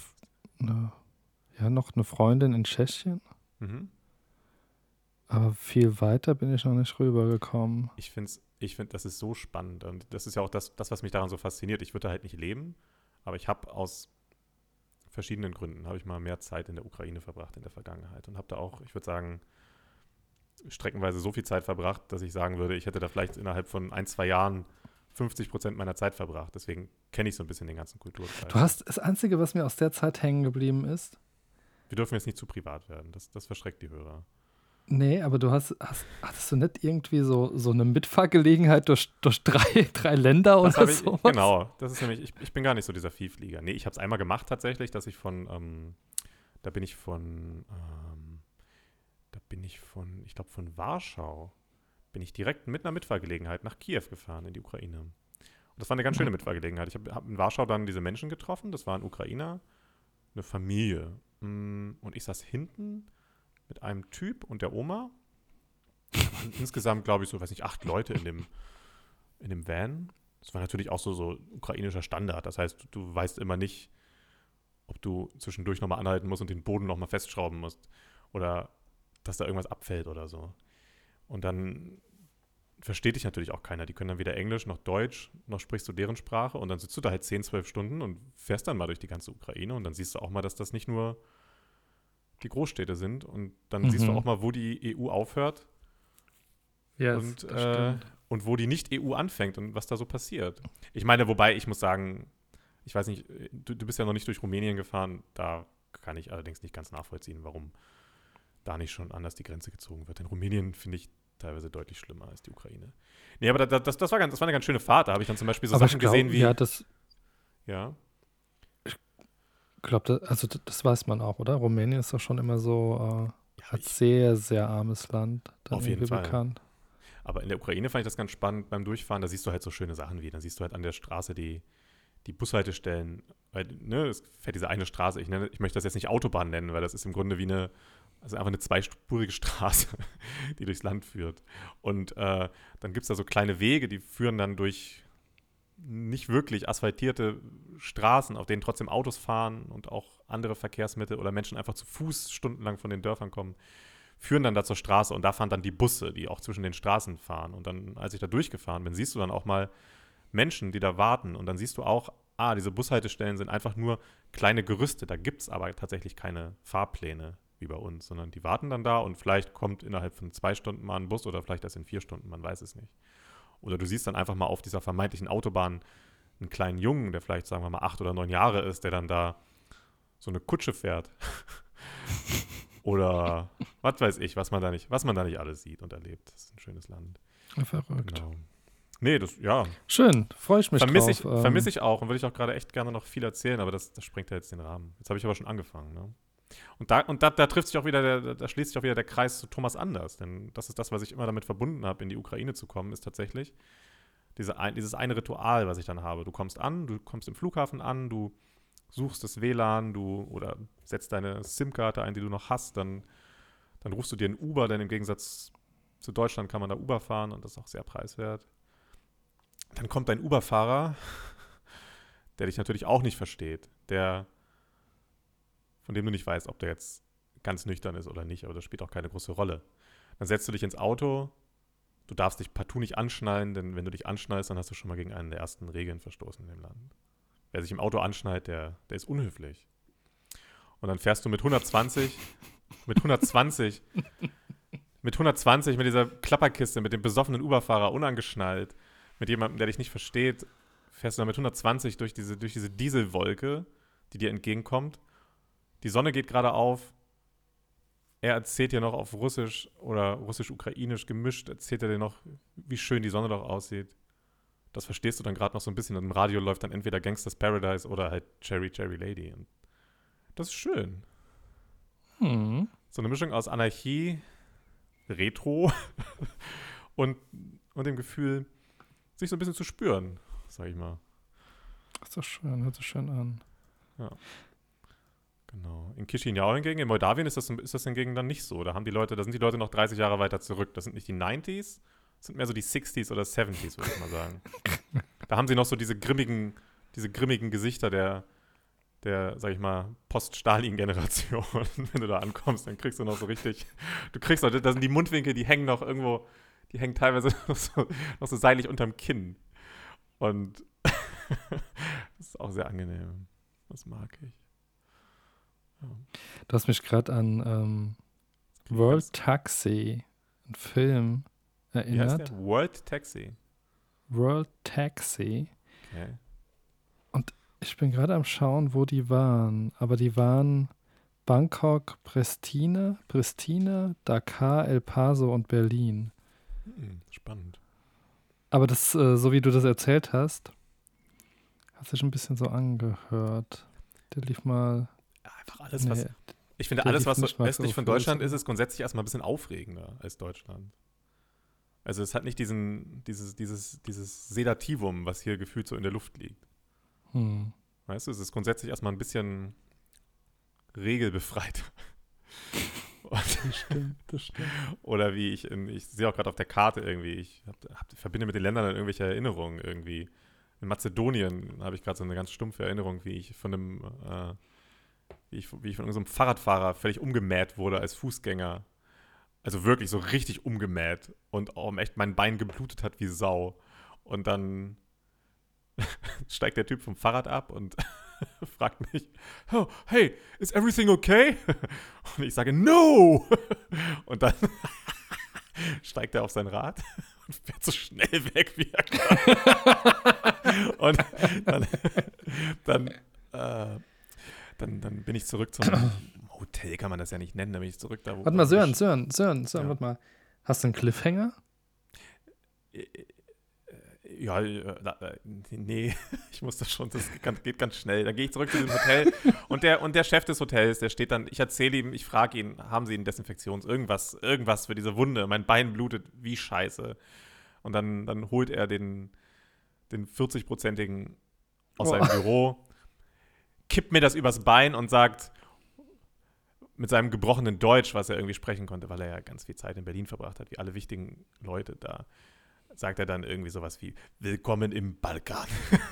noch eine Freundin in Tschechien, Mhm. aber viel weiter bin ich noch nicht rübergekommen. Ich finde, das ist so spannend. Und das ist ja auch das, was mich daran so fasziniert. Ich würde da halt nicht leben, aber ich habe aus verschiedenen Gründen, habe ich mal mehr Zeit in der Ukraine verbracht in der Vergangenheit und habe da auch, ich würde sagen, streckenweise so viel Zeit verbracht, dass ich sagen würde, ich hätte da vielleicht innerhalb von 1-2 Jahren 50% meiner Zeit verbracht. Deswegen kenne ich so ein bisschen den ganzen Kulturkreis. Das Einzige, was mir aus der Zeit hängen geblieben ist, Wir dürfen jetzt nicht zu privat werden. Das verschreckt die Hörer. nee, aber hattest du nicht irgendwie so eine Mitfahrgelegenheit durch drei Länder Das oder habe ich, sowas? genau, das ist nämlich, ich bin gar nicht so dieser Vielflieger. Nee, ich habe es einmal gemacht tatsächlich, dass ich ich glaube von Warschau, bin ich direkt mit einer Mitfahrgelegenheit nach Kiew gefahren in die Ukraine. Und das war eine ganz schöne Mitfahrgelegenheit. Ich hab in Warschau dann diese Menschen getroffen, das waren Ukrainer, eine Familie. Und ich saß hinten mit einem Typ und der Oma. Da waren insgesamt, glaube ich, so, 8 Leute in dem Van. Das war natürlich auch so ukrainischer Standard. Das heißt, du weißt immer nicht, ob du zwischendurch nochmal anhalten musst und den Boden nochmal festschrauben musst. Oder dass da irgendwas abfällt oder so. Und dann versteht dich natürlich auch keiner. Die können dann weder Englisch noch Deutsch, noch sprichst du deren Sprache. Und dann sitzt du da halt 10-12 Stunden und fährst dann mal durch die ganze Ukraine. Und dann siehst du auch mal, dass das nicht nur die Großstädte sind. Und dann siehst du auch mal, wo die EU aufhört Yes, und wo die Nicht-EU anfängt und was da so passiert. Ich meine, wobei, ich muss sagen, ich weiß nicht, du bist ja noch nicht durch Rumänien gefahren. Da kann ich allerdings nicht ganz nachvollziehen, warum da nicht schon anders die Grenze gezogen wird. In Rumänien finde ich teilweise deutlich schlimmer als die Ukraine. Nee, aber das war eine ganz schöne Fahrt. Da habe ich dann zum Beispiel so aber Sachen gesehen wie... Ja, ich glaube, das weiß man auch, oder? Rumänien ist doch schon immer so als sehr, sehr armes Land dann auf jeden irgendwie Fall bekannt. Aber in der Ukraine fand ich das ganz spannend beim Durchfahren. Da siehst du halt so schöne Sachen wie, dann siehst du halt an der Straße die Bushaltestellen. Weil, es fährt diese eine Straße. Ich möchte das jetzt nicht Autobahn nennen, weil das ist im Grunde einfach eine zweispurige Straße, die durchs Land führt. Und dann gibt es da so kleine Wege, die führen dann durch nicht wirklich asphaltierte Straßen, auf denen trotzdem Autos fahren und auch andere Verkehrsmittel oder Menschen einfach zu Fuß stundenlang von den Dörfern kommen, führen dann da zur Straße und da fahren dann die Busse, die auch zwischen den Straßen fahren. Und dann, als ich da durchgefahren bin, siehst du dann auch mal Menschen, die da warten. Und dann siehst du auch, diese Bushaltestellen sind einfach nur kleine Gerüste. Da gibt es aber tatsächlich keine Fahrpläne wie bei uns, sondern die warten dann da und vielleicht kommt innerhalb von 2 Stunden mal ein Bus oder vielleicht erst in 4 Stunden, man weiß es nicht. Oder du siehst dann einfach mal auf dieser vermeintlichen Autobahn einen kleinen Jungen, der vielleicht, sagen wir mal, 8 oder 9 Jahre ist, der dann da so eine Kutsche fährt. Oder was weiß ich, was man da nicht alles sieht und erlebt. Das ist ein schönes Land. Verrückt. Genau. Nee, ja. Schön, freue ich mich drauf. Vermisse ich auch und würde ich auch gerade echt gerne noch viel erzählen, aber das sprengt ja jetzt den Rahmen. Jetzt habe ich aber schon angefangen, ne? Und da trifft sich auch wieder, da schließt sich auch wieder der Kreis zu Thomas Anders, denn das ist das, was ich immer damit verbunden habe, in die Ukraine zu kommen, ist tatsächlich dieses eine Ritual, was ich dann habe. Du kommst im Flughafen an, du suchst das WLAN, oder setzt deine SIM-Karte ein, die du noch hast, dann rufst du dir einen Uber, denn im Gegensatz zu Deutschland kann man da Uber fahren und das ist auch sehr preiswert. Dann kommt dein Uber-Fahrer, der dich natürlich auch nicht versteht, von dem du nicht weißt, ob der jetzt ganz nüchtern ist oder nicht, aber das spielt auch keine große Rolle. Dann setzt du dich ins Auto, du darfst dich partout nicht anschnallen, denn wenn du dich anschnallst, dann hast du schon mal gegen einen der ersten Regeln verstoßen in dem Land. Wer sich im Auto anschnallt, der ist unhöflich. Und dann fährst du mit 120 mit dieser Klapperkiste, mit dem besoffenen Uberfahrer unangeschnallt, mit jemandem, der dich nicht versteht, fährst du dann mit 120 durch diese Dieselwolke, die dir entgegenkommt. Die Sonne geht gerade auf. Er erzählt dir noch auf Russisch oder Russisch-Ukrainisch gemischt, erzählt er dir noch, wie schön die Sonne doch aussieht. Das verstehst du dann gerade noch so ein bisschen. Und im Radio läuft dann entweder Gangsta's Paradise oder halt Cherry Cherry Lady. Und das ist schön. So eine Mischung aus Anarchie, Retro und dem Gefühl, sich so ein bisschen zu spüren, sag ich mal. Das ist doch schön, hört sich schön an. Ja. Genau. In Chișinău hingegen, in Moldawien ist das hingegen dann nicht so. Da sind die Leute noch 30 Jahre weiter zurück. Das sind nicht die 90s, das sind mehr so die 60s oder 70s, würde ich mal sagen. Da haben sie noch so diese grimmigen Gesichter der, sag ich mal, Post-Stalin-Generation. Wenn du da ankommst, dann kriegst du noch so richtig, da sind die Mundwinkel, die hängen noch irgendwo, die hängen teilweise noch so seitlich unterm Kinn. Und das ist auch sehr angenehm. Das mag ich. Ja. Du hast mich gerade an World Taxi, einen Film, erinnert. Wie heißt der? World Taxi. World Taxi. Okay. Ich bin gerade am Schauen, wo die waren. Aber die waren Bangkok, Pristina, Dakar, El Paso und Berlin. Spannend. Aber das, so wie du das erzählt hast, hat sich ein bisschen so angehört. Der lief mal. Ja, einfach alles, was. Ich finde, alles, was so östlich von Deutschland ist grundsätzlich erstmal ein bisschen aufregender als Deutschland. Also es hat nicht dieses Sedativum, was hier gefühlt so in der Luft liegt. Weißt du, es ist grundsätzlich erstmal ein bisschen regelbefreit. Das stimmt. Oder wie ich sehe auch gerade auf der Karte irgendwie, ich verbinde mit den Ländern dann irgendwelche Erinnerungen irgendwie. In Mazedonien habe ich gerade so eine ganz stumpfe Erinnerung, wie ich von irgendeinem Fahrradfahrer völlig umgemäht wurde als Fußgänger. Also wirklich so richtig umgemäht und auch echt mein Bein geblutet hat wie Sau. Und dann steigt der Typ vom Fahrrad ab und fragt mich, oh, hey, is everything okay? Und ich sage, no! Und dann steigt er auf sein Rad und fährt so schnell weg, wie er kann. Und dann bin ich zurück zum Hotel, kann man das ja nicht nennen, dann bin ich zurück da, wo... Warte mal, Sören, ja. warte mal. Hast du einen Cliffhanger? Ja, nee, ich muss das schon, geht ganz schnell. Dann gehe ich zurück zu dem Hotel und der Chef des Hotels, der steht dann, ich erzähle ihm, ich frage ihn, haben Sie einen irgendwas für diese Wunde? Mein Bein blutet wie Scheiße. Und dann holt er den 40-prozentigen aus seinem Büro, kippt mir das übers Bein und sagt mit seinem gebrochenen Deutsch, was er irgendwie sprechen konnte, weil er ja ganz viel Zeit in Berlin verbracht hat, wie alle wichtigen Leute da, sagt er dann irgendwie sowas wie Willkommen im Balkan.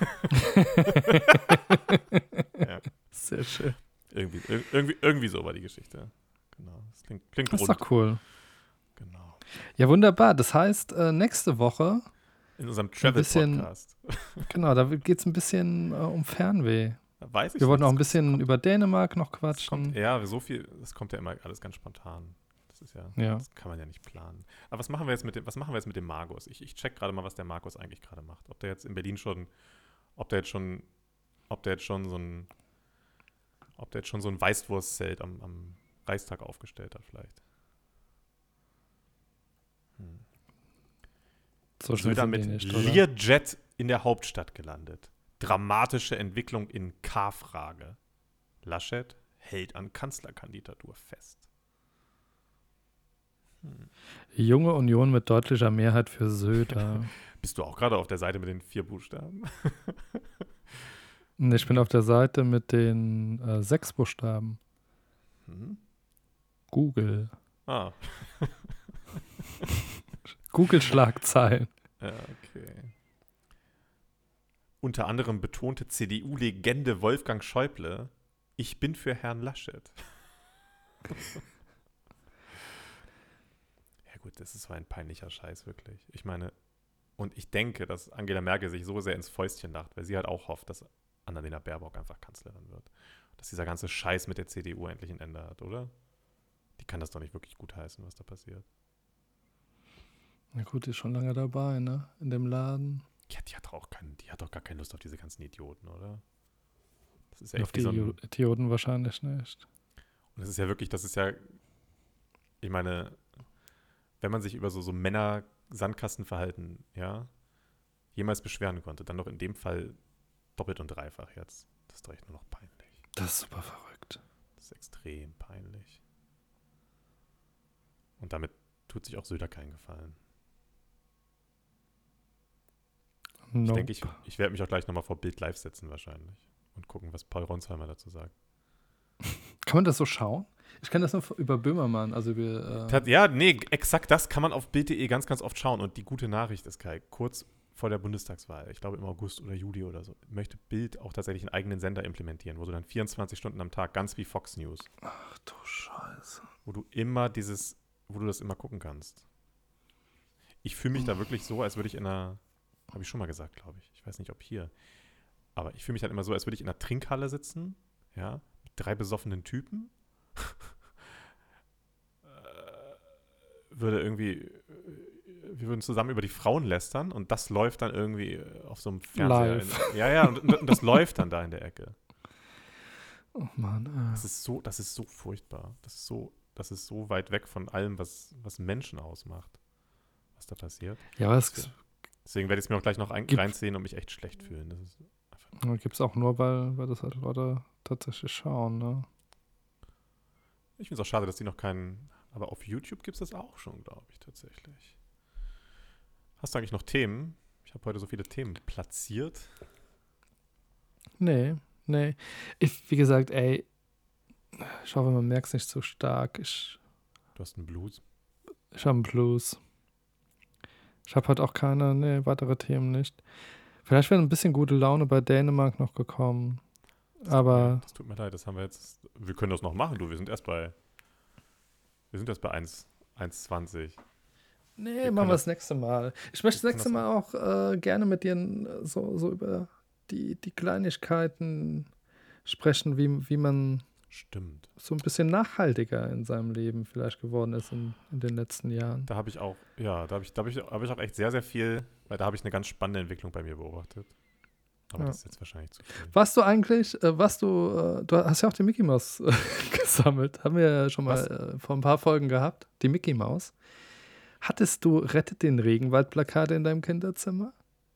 Ja. Sehr schön. Irgendwie so war die Geschichte. Genau. Das klingt Das ist rund. doch cool. Genau. Ja, wunderbar. Das heißt, nächste Woche In unserem Travel-Podcast. Genau, da geht es ein bisschen um Fernweh. Weiß ich Wir wollten nicht. auch ein bisschen über Dänemark noch quatschen. Das kommt ja immer alles ganz spontan. Das kann man ja nicht planen. Aber was machen wir jetzt mit dem Markus? Ich check gerade mal, was der Markus eigentlich gerade macht. Ob der jetzt in Berlin schon so ein Weißwurstzelt am Reichstag aufgestellt hat vielleicht. So schnell Söder sind die mit nicht, oder? Learjet in der Hauptstadt gelandet. Dramatische Entwicklung in K-Frage. Laschet hält an Kanzlerkandidatur fest. Junge Union mit deutlicher Mehrheit für Söder. Bist du auch gerade auf der Seite mit den 4 Buchstaben? Ich bin auf der Seite mit den 6 Buchstaben. Hm? Google. Ah, Google-Schlagzeilen. ja, okay. Unter anderem betonte CDU-Legende Wolfgang Schäuble, ich bin für Herrn Laschet. Ja gut, das ist so ein peinlicher Scheiß, wirklich. Ich meine, und ich denke, dass Angela Merkel sich so sehr ins Fäustchen lacht, weil sie halt auch hofft, dass Annalena Baerbock einfach Kanzlerin wird. Dass dieser ganze Scheiß mit der CDU endlich ein Ende hat, oder? Die kann das doch nicht wirklich gut heißen, was da passiert. Na gut, die ist schon lange dabei, ne? In dem Laden. Ja, die hat doch gar keine Lust auf diese ganzen Idioten, oder? Das ist ja Auf echt wie die so ein, Idioten wahrscheinlich nicht. und das ist ja wirklich, das ist ja, ich meine, wenn man sich über so Männer-Sandkastenverhalten, ja, jemals beschweren konnte, dann doch in dem Fall doppelt und dreifach jetzt. Das ist doch echt nur noch peinlich. Das ist super verrückt. Das ist extrem peinlich. Und damit tut sich auch Söder keinen Gefallen. Ich Nope. denke, ich werde mich auch gleich nochmal vor Bild live setzen wahrscheinlich und gucken, was Paul Ronsheimer dazu sagt. Kann man das so schauen? Ich kenne das nur über Böhmermann, also über Ja, nee, exakt das kann man auf Bild.de ganz, ganz oft schauen. Und die gute Nachricht ist, Kai, kurz vor der Bundestagswahl, ich glaube im August oder Juli oder so, möchte Bild auch tatsächlich einen eigenen Sender implementieren, wo du dann 24 Stunden am Tag, ganz wie Fox News, Ach du Scheiße. wo du das immer gucken kannst. Ich fühle mich da wirklich so, als würde ich habe ich schon mal gesagt, glaube ich. Ich weiß nicht, ob hier. Aber ich fühle mich halt immer so, als würde ich in einer Trinkhalle sitzen, ja, mit 3 besoffenen Typen. Wir würden zusammen über die Frauen lästern und das läuft dann irgendwie auf so einem Fernseher. Live. Ja, und das läuft dann da in der Ecke. Oh Mann. Das ist so furchtbar. Das ist so weit weg von allem, was Menschen ausmacht, was da passiert. Ja, aber es Deswegen werde ich es mir auch gleich noch reinziehen und mich echt schlecht fühlen. Das ist gibt es auch nur, weil das halt Leute tatsächlich schauen, ne? Ich finde es auch schade, dass die noch keinen. Aber auf YouTube gibt es das auch schon, glaube ich, tatsächlich. Hast du eigentlich noch Themen? Ich habe heute so viele Themen platziert. Nee. Wie gesagt, ey, ich hoffe, man merkt es nicht so stark. Du hast einen Blues. Ich habe einen Blues. Ich habe halt auch keine weitere Themen nicht. Vielleicht wäre ein bisschen gute Laune bei Dänemark noch gekommen. Aber Das tut mir leid, das haben wir jetzt. Wir können das noch machen, du. Wir sind erst bei 1,20. nee, machen wir das nächste Mal. Ich möchte das nächste Mal auch gerne mit dir so über die Kleinigkeiten sprechen, wie man Stimmt. so ein bisschen nachhaltiger in seinem Leben vielleicht geworden ist in den letzten Jahren. Da habe ich auch, da habe ich auch echt sehr, sehr viel, weil da habe ich eine ganz spannende Entwicklung bei mir beobachtet. Aber Ja. das ist jetzt wahrscheinlich zu viel. Warst du eigentlich, du hast ja auch die Mickey Maus gesammelt, haben wir ja schon mal vor ein paar Folgen gehabt, die Mickey Maus. Hattest du Rettet den Regenwald-Plakate in deinem Kinderzimmer?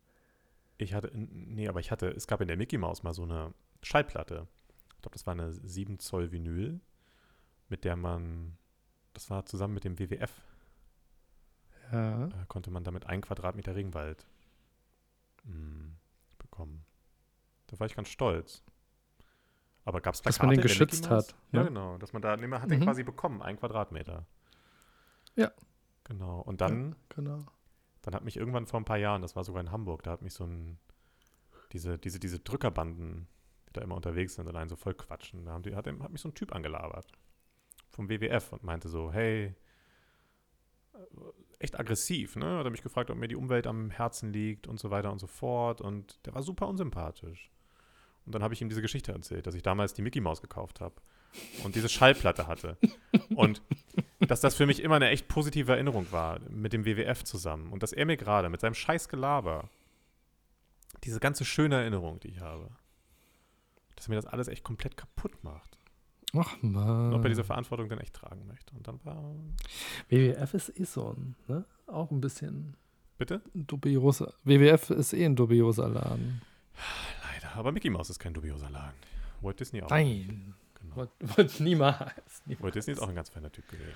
Es gab in der Mickey Maus mal so eine Schallplatte. Ich glaube, das war eine 7 Zoll Vinyl, mit der das war zusammen mit dem WWF, Ja. konnte man damit 1 Quadratmeter Regenwald bekommen. Da war ich ganz stolz. Aber gab es Plakate, Dass man den in der geschützt Mickey Maus? hat, Ja, ne? genau. Dass man man hat den quasi bekommen, 1 Quadratmeter. Ja. Genau. Und dann Genau. hat mich irgendwann vor ein paar Jahren, das war sogar in Hamburg, da hat mich diese Drückerbanden, die da immer unterwegs sind und einen so voll quatschen, hat mich so ein Typ angelabert vom WWF und meinte so, hey, echt aggressiv, ne? Hat er mich gefragt, ob mir die Umwelt am Herzen liegt und so weiter und so fort und der war super unsympathisch. Und dann habe ich ihm diese Geschichte erzählt, dass ich damals die Mickey Maus gekauft habe und diese Schallplatte hatte. Und dass das für mich immer eine echt positive Erinnerung war, mit dem WWF zusammen. Und dass er mir gerade mit seinem scheiß Gelaber diese ganze schöne Erinnerung, die ich habe, dass er mir das alles echt komplett kaputt macht. Ach Und man. ob er diese Verantwortung dann echt tragen möchte. Und dann war. WWF ist so auch ein bisschen Bitte? WWF ist eh ein dubioser Laden. Leider. Aber Mickey Mouse ist kein dubioser Laden. Walt Disney auch. Nein. Genau. Niemals. Walt Disney ist auch ein ganz feiner Typ gewesen.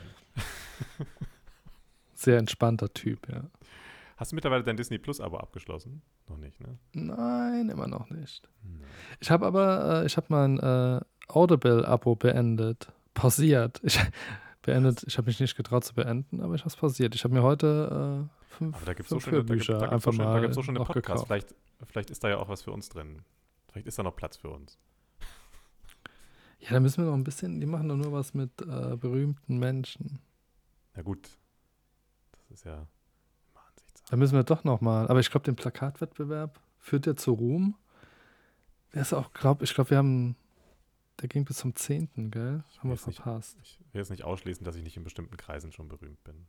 Sehr entspannter Typ, ja. Hast du mittlerweile dein Disney Plus-Abo abgeschlossen? Noch nicht, ne? Nein, immer noch nicht. Nein. Ich habe mein Audible-Abo beendet. Pausiert. Ich habe mich nicht getraut zu beenden, aber ich habe es pausiert. Ich habe mir heute Aber da gibt es so 5 schöne, Hörbücher einfach mal da gibt's so schöne noch Podcasts. gekauft. Vielleicht ist da ja auch was für uns drin. Vielleicht ist da noch Platz für uns. Ja, da müssen wir noch ein bisschen, die machen doch nur was mit berühmten Menschen. Na gut. Das ist ja immer Ansichtssache. Da müssen wir doch noch mal, aber ich glaube, den Plakatwettbewerb führt ja zu Ruhm. Der ist auch, der ging bis zum 10., gell? Haben wir weiß nicht. verpasst. Ich will jetzt nicht ausschließen, dass ich nicht in bestimmten Kreisen schon berühmt bin.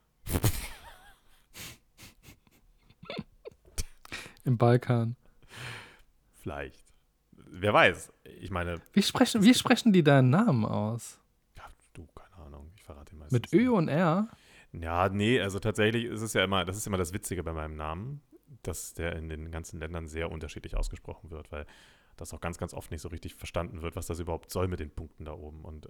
Im Balkan. Vielleicht. Wer weiß. Ich meine, Wie sprechen die deinen Namen aus? ja, du, keine Ahnung. Ich verrate dir meistens. Mit Ö und R? Ja, nee, also tatsächlich ist es ja immer, das ist immer das Witzige bei meinem Namen, dass der in den ganzen Ländern sehr unterschiedlich ausgesprochen wird, weil das auch ganz, ganz oft nicht so richtig verstanden wird, was das überhaupt soll mit den Punkten da oben. Und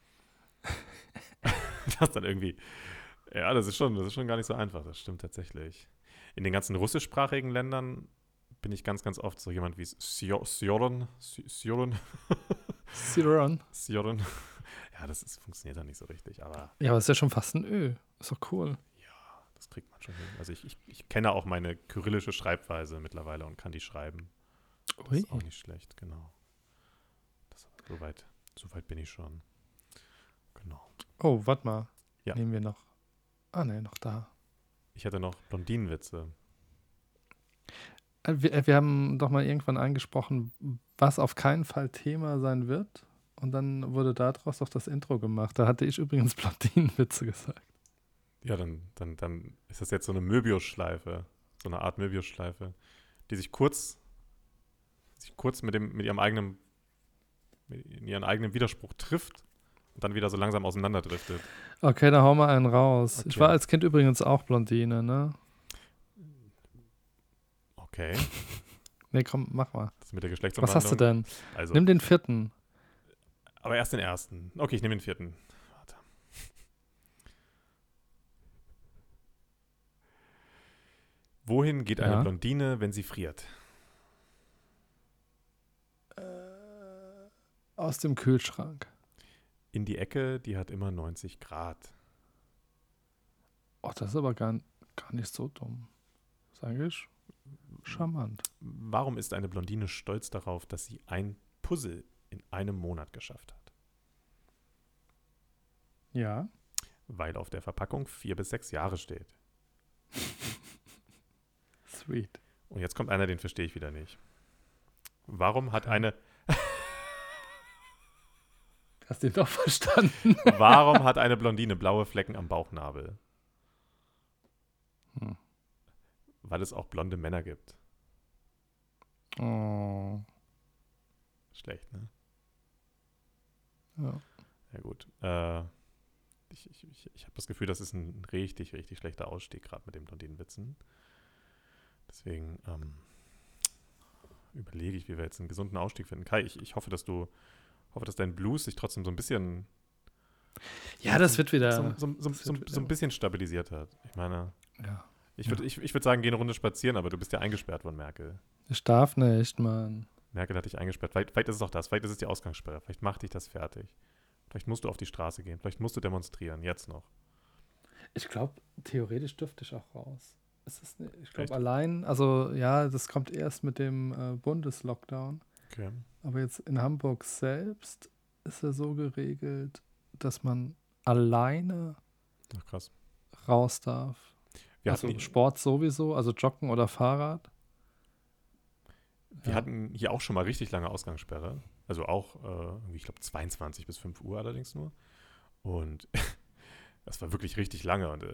das dann irgendwie, ja, das ist schon gar nicht so einfach, das stimmt tatsächlich. In den ganzen russischsprachigen Ländern bin ich ganz, ganz oft so jemand wie Sjoron. Siron. Ja, funktioniert dann nicht so richtig, aber Ja, aber ist ja schon fast ein Ö. Ist doch cool. das kriegt man schon hin. Also ich kenne auch meine kyrillische Schreibweise mittlerweile und kann die schreiben. Das Ui. ist auch nicht schlecht, genau. Soweit bin ich schon. Genau. Oh, warte mal. Ja. Nehmen wir noch. Noch da. Ich hatte noch Blondinenwitze. Wir haben doch mal irgendwann angesprochen, was auf keinen Fall Thema sein wird. Und dann wurde daraus doch das Intro gemacht. Da hatte ich übrigens Blondinenwitze gesagt. Ja, dann ist das jetzt so eine Möbius-Schleife. So eine Art Möbius-Schleife, die sich kurz in ihren eigenen Widerspruch trifft und dann wieder so langsam auseinanderdriftet. Okay, da hau mal einen raus. Okay. Ich war als Kind übrigens auch Blondine, ne? Okay. Nee, komm, mach mal. Das mit der Geschlechtsumwandlung. Was hast du denn? Also, Nimm den 4. aber erst den ersten. Okay, ich nehme den 4. Warte. Wohin geht eine Ja? Blondine, wenn sie friert? Aus dem Kühlschrank. In die Ecke, die hat immer 90 Grad. Oh, das ist aber gar nicht so dumm. Sag ich. Charmant. Warum ist eine Blondine stolz darauf, dass sie ein Puzzle in einem Monat geschafft hat? Ja. Weil auf der Verpackung 4 bis 6 Jahre steht. Sweet. Und jetzt kommt einer, den verstehe ich wieder nicht. Warum hat eine Hast du ihn doch verstanden? Warum hat eine Blondine blaue Flecken am Bauchnabel? Weil es auch blonde Männer gibt. Oh. Schlecht, ne? Ja. Ja gut. Ich habe das Gefühl, das ist ein richtig, richtig schlechter Ausstieg, gerade mit den Blondinenwitzen. Deswegen überlege ich, wie wir jetzt einen gesunden Ausstieg finden. Kai, ich hoffe, dass dein Blues sich trotzdem so ein bisschen Ja, das wird wieder. so ein bisschen stabilisiert hat. Ich meine, Ja. ich würd sagen, geh eine Runde spazieren, aber du bist ja eingesperrt von Merkel. Ich darf nicht, Mann. Merkel hat dich eingesperrt. Vielleicht ist es auch das. Vielleicht ist es die Ausgangssperre. Vielleicht macht dich das fertig. Vielleicht musst du auf die Straße gehen. Vielleicht musst du demonstrieren. Jetzt noch. Ich glaube, theoretisch dürfte ich auch raus. Ich glaube Echt? allein, also ja, das kommt erst mit dem Bundeslockdown. Okay. Aber jetzt in Hamburg selbst ist er so geregelt, dass man alleine Ach, krass. raus darf. Wir Also hatten, Sport sowieso, also Joggen oder Fahrrad. wir hatten hier auch schon mal richtig lange Ausgangssperre. Also auch, irgendwie, ich glaube, 22 bis 5 Uhr allerdings nur. Und das war wirklich richtig lange. Und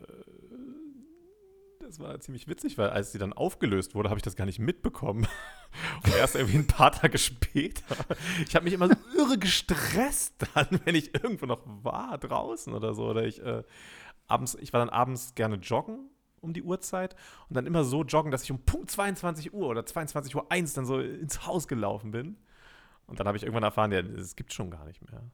das war ziemlich witzig, weil als sie dann aufgelöst wurde, habe ich das gar nicht mitbekommen. Und erst irgendwie ein paar Tage später. Ich habe mich immer so irre gestresst dann, wenn ich irgendwo noch war draußen oder so. Oder ich war dann abends gerne joggen um die Uhrzeit und dann immer so joggen, dass ich um Punkt 22 Uhr oder 22:01 dann so ins Haus gelaufen bin. Und dann habe ich irgendwann erfahren, ja, das gibt schon gar nicht mehr.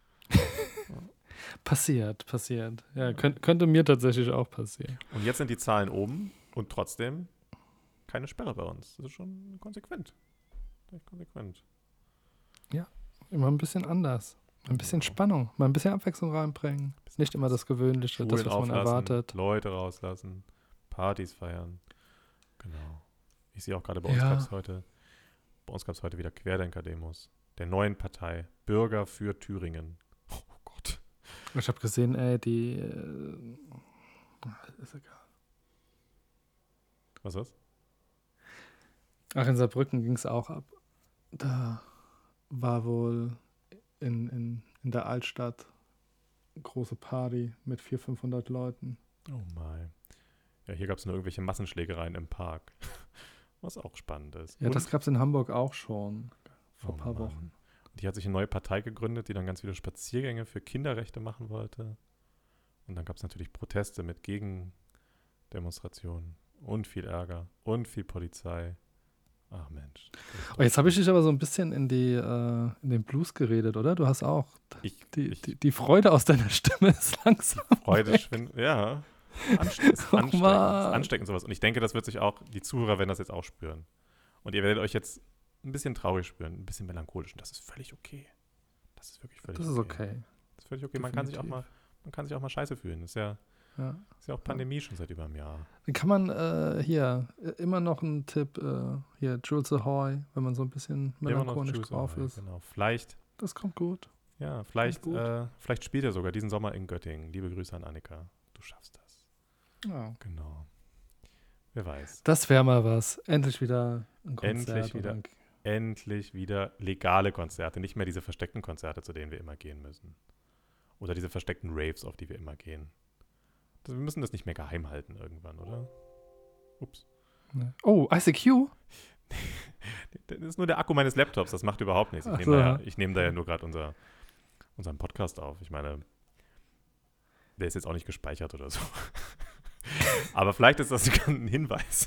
Passiert. Ja, könnte mir tatsächlich auch passieren. Und jetzt sind die Zahlen oben und trotzdem keine Sperre bei uns. Das ist schon konsequent. Echt konsequent. Immer ein bisschen anders. Ein bisschen Spannung, mal ein bisschen Abwechslung reinbringen. Nicht immer das Gewöhnliche, das, was man Schulen auflassen, erwartet. Leute rauslassen, Partys feiern. Genau. Ich sehe auch gerade, bei uns Ja. gab es heute wieder Querdenker-Demos. Der neuen Partei. Bürger für Thüringen. Oh Gott. Ich habe gesehen, die ist egal. Was ist das? Ach, in Saarbrücken ging es auch ab. Da war wohl in der Altstadt eine große Party mit 400-500 Leuten. Oh mein. Ja, hier gab es nur irgendwelche Massenschlägereien im Park. Was auch spannend ist. Ja, Und- das gab es in Hamburg auch schon vor ein paar Mann. Wochen. Die hat sich eine neue Partei gegründet, die dann ganz viele Spaziergänge für Kinderrechte machen wollte. Und dann gab es natürlich Proteste mit Gegendemonstrationen und viel Ärger und viel Polizei. Ach Mensch. Oh, jetzt habe ich dich aber so ein bisschen in den Blues geredet, oder? Du hast auch die Freude aus deiner Stimme ist langsam. Freude schwindet. Ja. Ist Oh ansteckend. Ist Mann. ansteckend sowas. Und ich denke, das wird sich auch, die Zuhörer werden das jetzt auch spüren. Und ihr werdet euch jetzt ein bisschen traurig spüren, ein bisschen melancholisch. Und das ist völlig okay. Das ist wirklich völlig Das ist okay. Das ist völlig okay. Man kann sich auch mal scheiße fühlen. Das ist ja auch Pandemie schon seit über einem Jahr. Dann kann man hier immer noch einen Tipp, hier Jules Ahoy, wenn man so ein bisschen Immer noch melancholisch Juice drauf Ahoy, ist. Genau. Vielleicht gut. vielleicht spielt er sogar diesen Sommer in Göttingen. Liebe Grüße an Annika. Du schaffst das. Ja. Genau. Wer weiß. Das wäre mal was. Endlich wieder ein Konzert. Endlich wieder. oder ein- Endlich wieder legale Konzerte. Nicht mehr diese versteckten Konzerte, zu denen wir immer gehen müssen. Oder diese versteckten Raves, auf die wir immer gehen. Wir müssen das nicht mehr geheim halten irgendwann, oder? Ups. Oh, ICQ? Das ist nur der Akku meines Laptops. Das macht überhaupt nichts. Ach so. Ich nehme da ja nur gerade unseren Podcast auf. Ich meine, der ist jetzt auch nicht gespeichert oder so. Aber vielleicht ist das sogar ein Hinweis,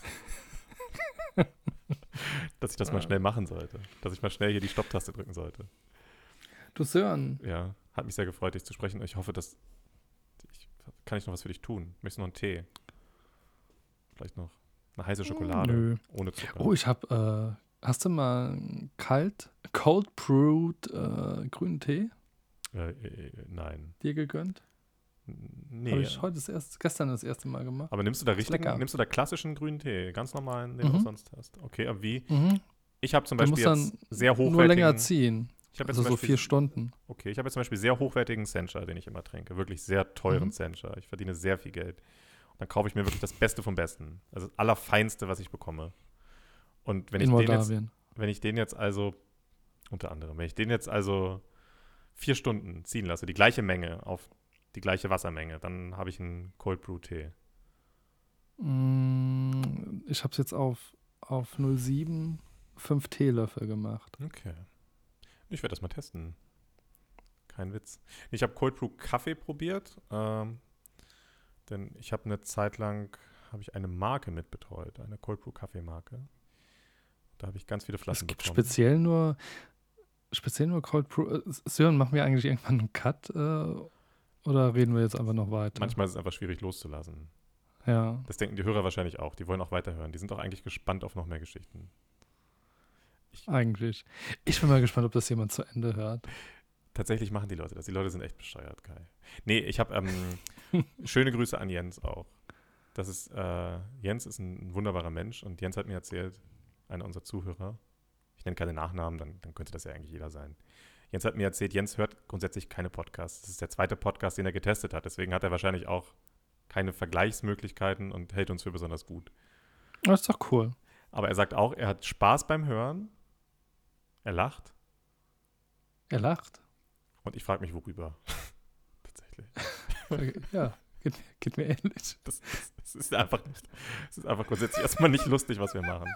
dass ich das mal schnell machen sollte. Dass ich mal schnell hier die Stopptaste drücken sollte. Du Sören. Ja, hat mich sehr gefreut, dich zu sprechen. Ich hoffe, kann ich noch was für dich tun? Möchtest du noch einen Tee? Vielleicht noch eine heiße Schokolade Nö. ohne Zucker. Oh, ich habe, hast du mal einen Cold Brewed grünen Tee Nein. dir gegönnt? Nee. Habe ich gestern das erste Mal gemacht. Aber nimmst du da lecker. nimmst du da klassischen grünen Tee? Ganz normalen, den du sonst hast? Okay, aber wie? Mhm. Ich habe zum Der Beispiel muss jetzt sehr Nur hochwertigen... länger ziehen. Ich habe jetzt Also zum so Beispiel, 4 Stunden. Okay, ich habe jetzt zum Beispiel sehr hochwertigen Sencha, den ich immer trinke. Wirklich sehr teuren Mhm. Sencha. Ich verdiene sehr viel Geld. Und dann kaufe ich mir wirklich das Beste vom Besten. Also das Allerfeinste, was ich bekomme. Und wenn In ich den jetzt Moldawien. Wenn ich den jetzt also, unter anderem, wenn ich den jetzt also 4 Stunden ziehen lasse, die gleiche Menge auf die gleiche Wassermenge, dann habe ich einen Cold Brew Tee. Ich habe es jetzt auf 0,7 5 Teelöffel gemacht. Okay. Ich werde das mal testen. Kein Witz. Ich habe Cold Brew Kaffee probiert, denn ich habe eine Zeit lang eine Marke mitbetreut, eine Cold Brew Kaffeemarke. Da habe ich ganz viele Flaschen Es gibt bekommen. speziell nur Cold Brew. Sören, machen wir eigentlich irgendwann einen Cut? Oder reden wir jetzt einfach noch weiter? Manchmal ist es einfach schwierig loszulassen. Ja. Das denken die Hörer wahrscheinlich auch. Die wollen auch weiterhören. Die sind auch eigentlich gespannt auf noch mehr Geschichten. Eigentlich. Ich bin mal gespannt, ob das jemand zu Ende hört. Tatsächlich machen die Leute das. Die Leute sind echt bescheuert, Kai. Nee, ich habe schöne Grüße an Jens auch. Jens ist ein wunderbarer Mensch und Jens hat mir erzählt, einer unserer Zuhörer, ich nenne keine Nachnamen, dann könnte das ja eigentlich jeder sein. Jens hat mir erzählt, Jens hört grundsätzlich keine Podcasts. Das ist der zweite Podcast, den er getestet hat. Deswegen hat er wahrscheinlich auch keine Vergleichsmöglichkeiten und hält uns für besonders gut. Das ist doch cool. Aber er sagt auch, er hat Spaß beim Hören. Er lacht. Er lacht. Und ich frage mich, worüber. Tatsächlich. Ja, geht mir ähnlich. Das ist einfach grundsätzlich erstmal nicht lustig, was wir machen.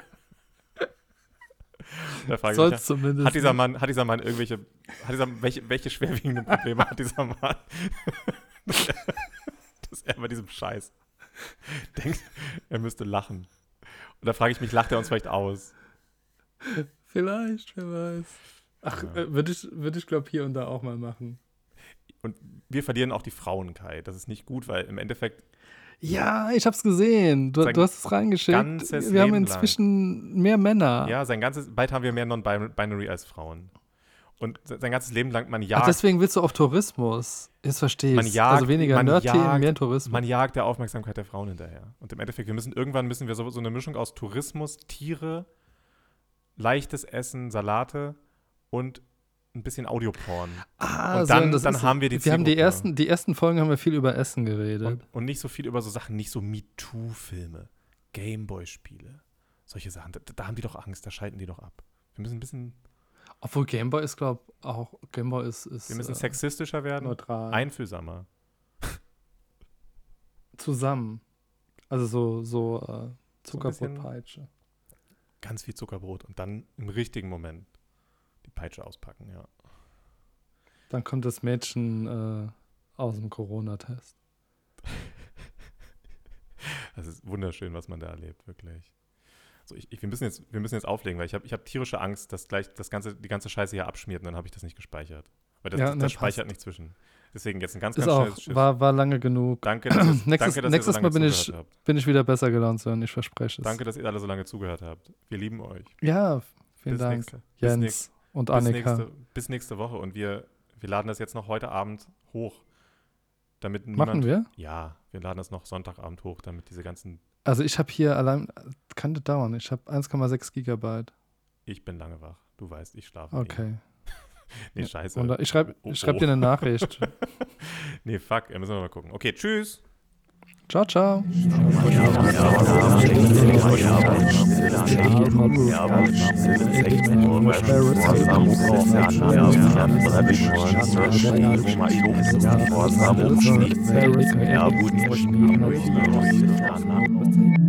Da frage ich mich, Zumindest. hat dieser Mann welche schwerwiegenden Probleme hat dieser Mann? Dass er bei diesem Scheiß denkt, er müsste lachen. Und da frage ich mich, lacht er uns vielleicht aus? Vielleicht, wer weiß. Ach, Ja. würde ich glaube hier und da auch mal machen. Und wir verlieren auch die Frauen, Kai. Das ist nicht gut, weil im Endeffekt Ja, ich hab's gesehen. Du Sein hast es reingeschickt. ganzes Wir haben Leben inzwischen mehr Männer. Ja, bald haben wir mehr Non-Binary als Frauen. Und sein ganzes Leben lang, man Ach, jagt, deswegen willst du auf Tourismus. Jetzt verstehe Man ich. jagt- Also weniger man Nerd-Themen, jagt- mehr Tourismus. man jagt der Aufmerksamkeit der Frauen hinterher. Und im Endeffekt, irgendwann müssen wir so eine Mischung aus Tourismus, Tiere, leichtes Essen, Salate und ein bisschen Audioporn. Und dann haben wir die haben Zielgruppe. die ersten Folgen haben wir viel über Essen geredet. Und nicht so viel über so Sachen, nicht so MeToo-Filme, Gameboy-Spiele, solche Sachen. Da haben die doch Angst, da schalten die doch ab. Wir müssen ein bisschen, Obwohl Gameboy ist, glaube ich, auch Gameboy ist wir müssen sexistischer werden, neutral. einfühlsamer. Zusammen. Also so bisschen- Zuckerbrotpeitsche. Ganz viel Zuckerbrot und dann im richtigen Moment die Peitsche auspacken, ja. Dann kommt das Mädchen aus dem Corona-Test. Das ist wunderschön, was man da erlebt, wirklich. So, wir müssen jetzt auflegen, weil ich hab tierische Angst, dass gleich die ganze Scheiße hier abschmiert und dann habe ich das nicht gespeichert. Weil das Ja, speichert nicht zwischen. Deswegen jetzt ein ganz, Ist ganz auch, schnelles Tschüss. war lange genug. Danke, dass ihr Nächstes so lange Mal bin zugehört habt. bin ich wieder besser gelaunt, Sören, ich verspreche es. Danke, dass ihr alle so lange zugehört habt. Wir lieben euch. Ja, vielen Bis Dank, nächste- bis Jens nächste- und Bis Annika. bis nächste Woche und wir laden das jetzt noch heute Abend hoch. Damit Machen wir? Ja, wir laden das noch Sonntagabend hoch, damit diese ganzen. Also ich habe hier allein, kann das dauern, ich habe 1,6 Gigabyte. Ich bin lange wach. Du weißt, ich schlafe. Okay. Nee, scheiße. Und ich schreibe Oh, schreib oh. dir eine Nachricht. Nee, fuck, müssen wir mal gucken. Okay, tschüss. Ciao, ciao. Ja, gut.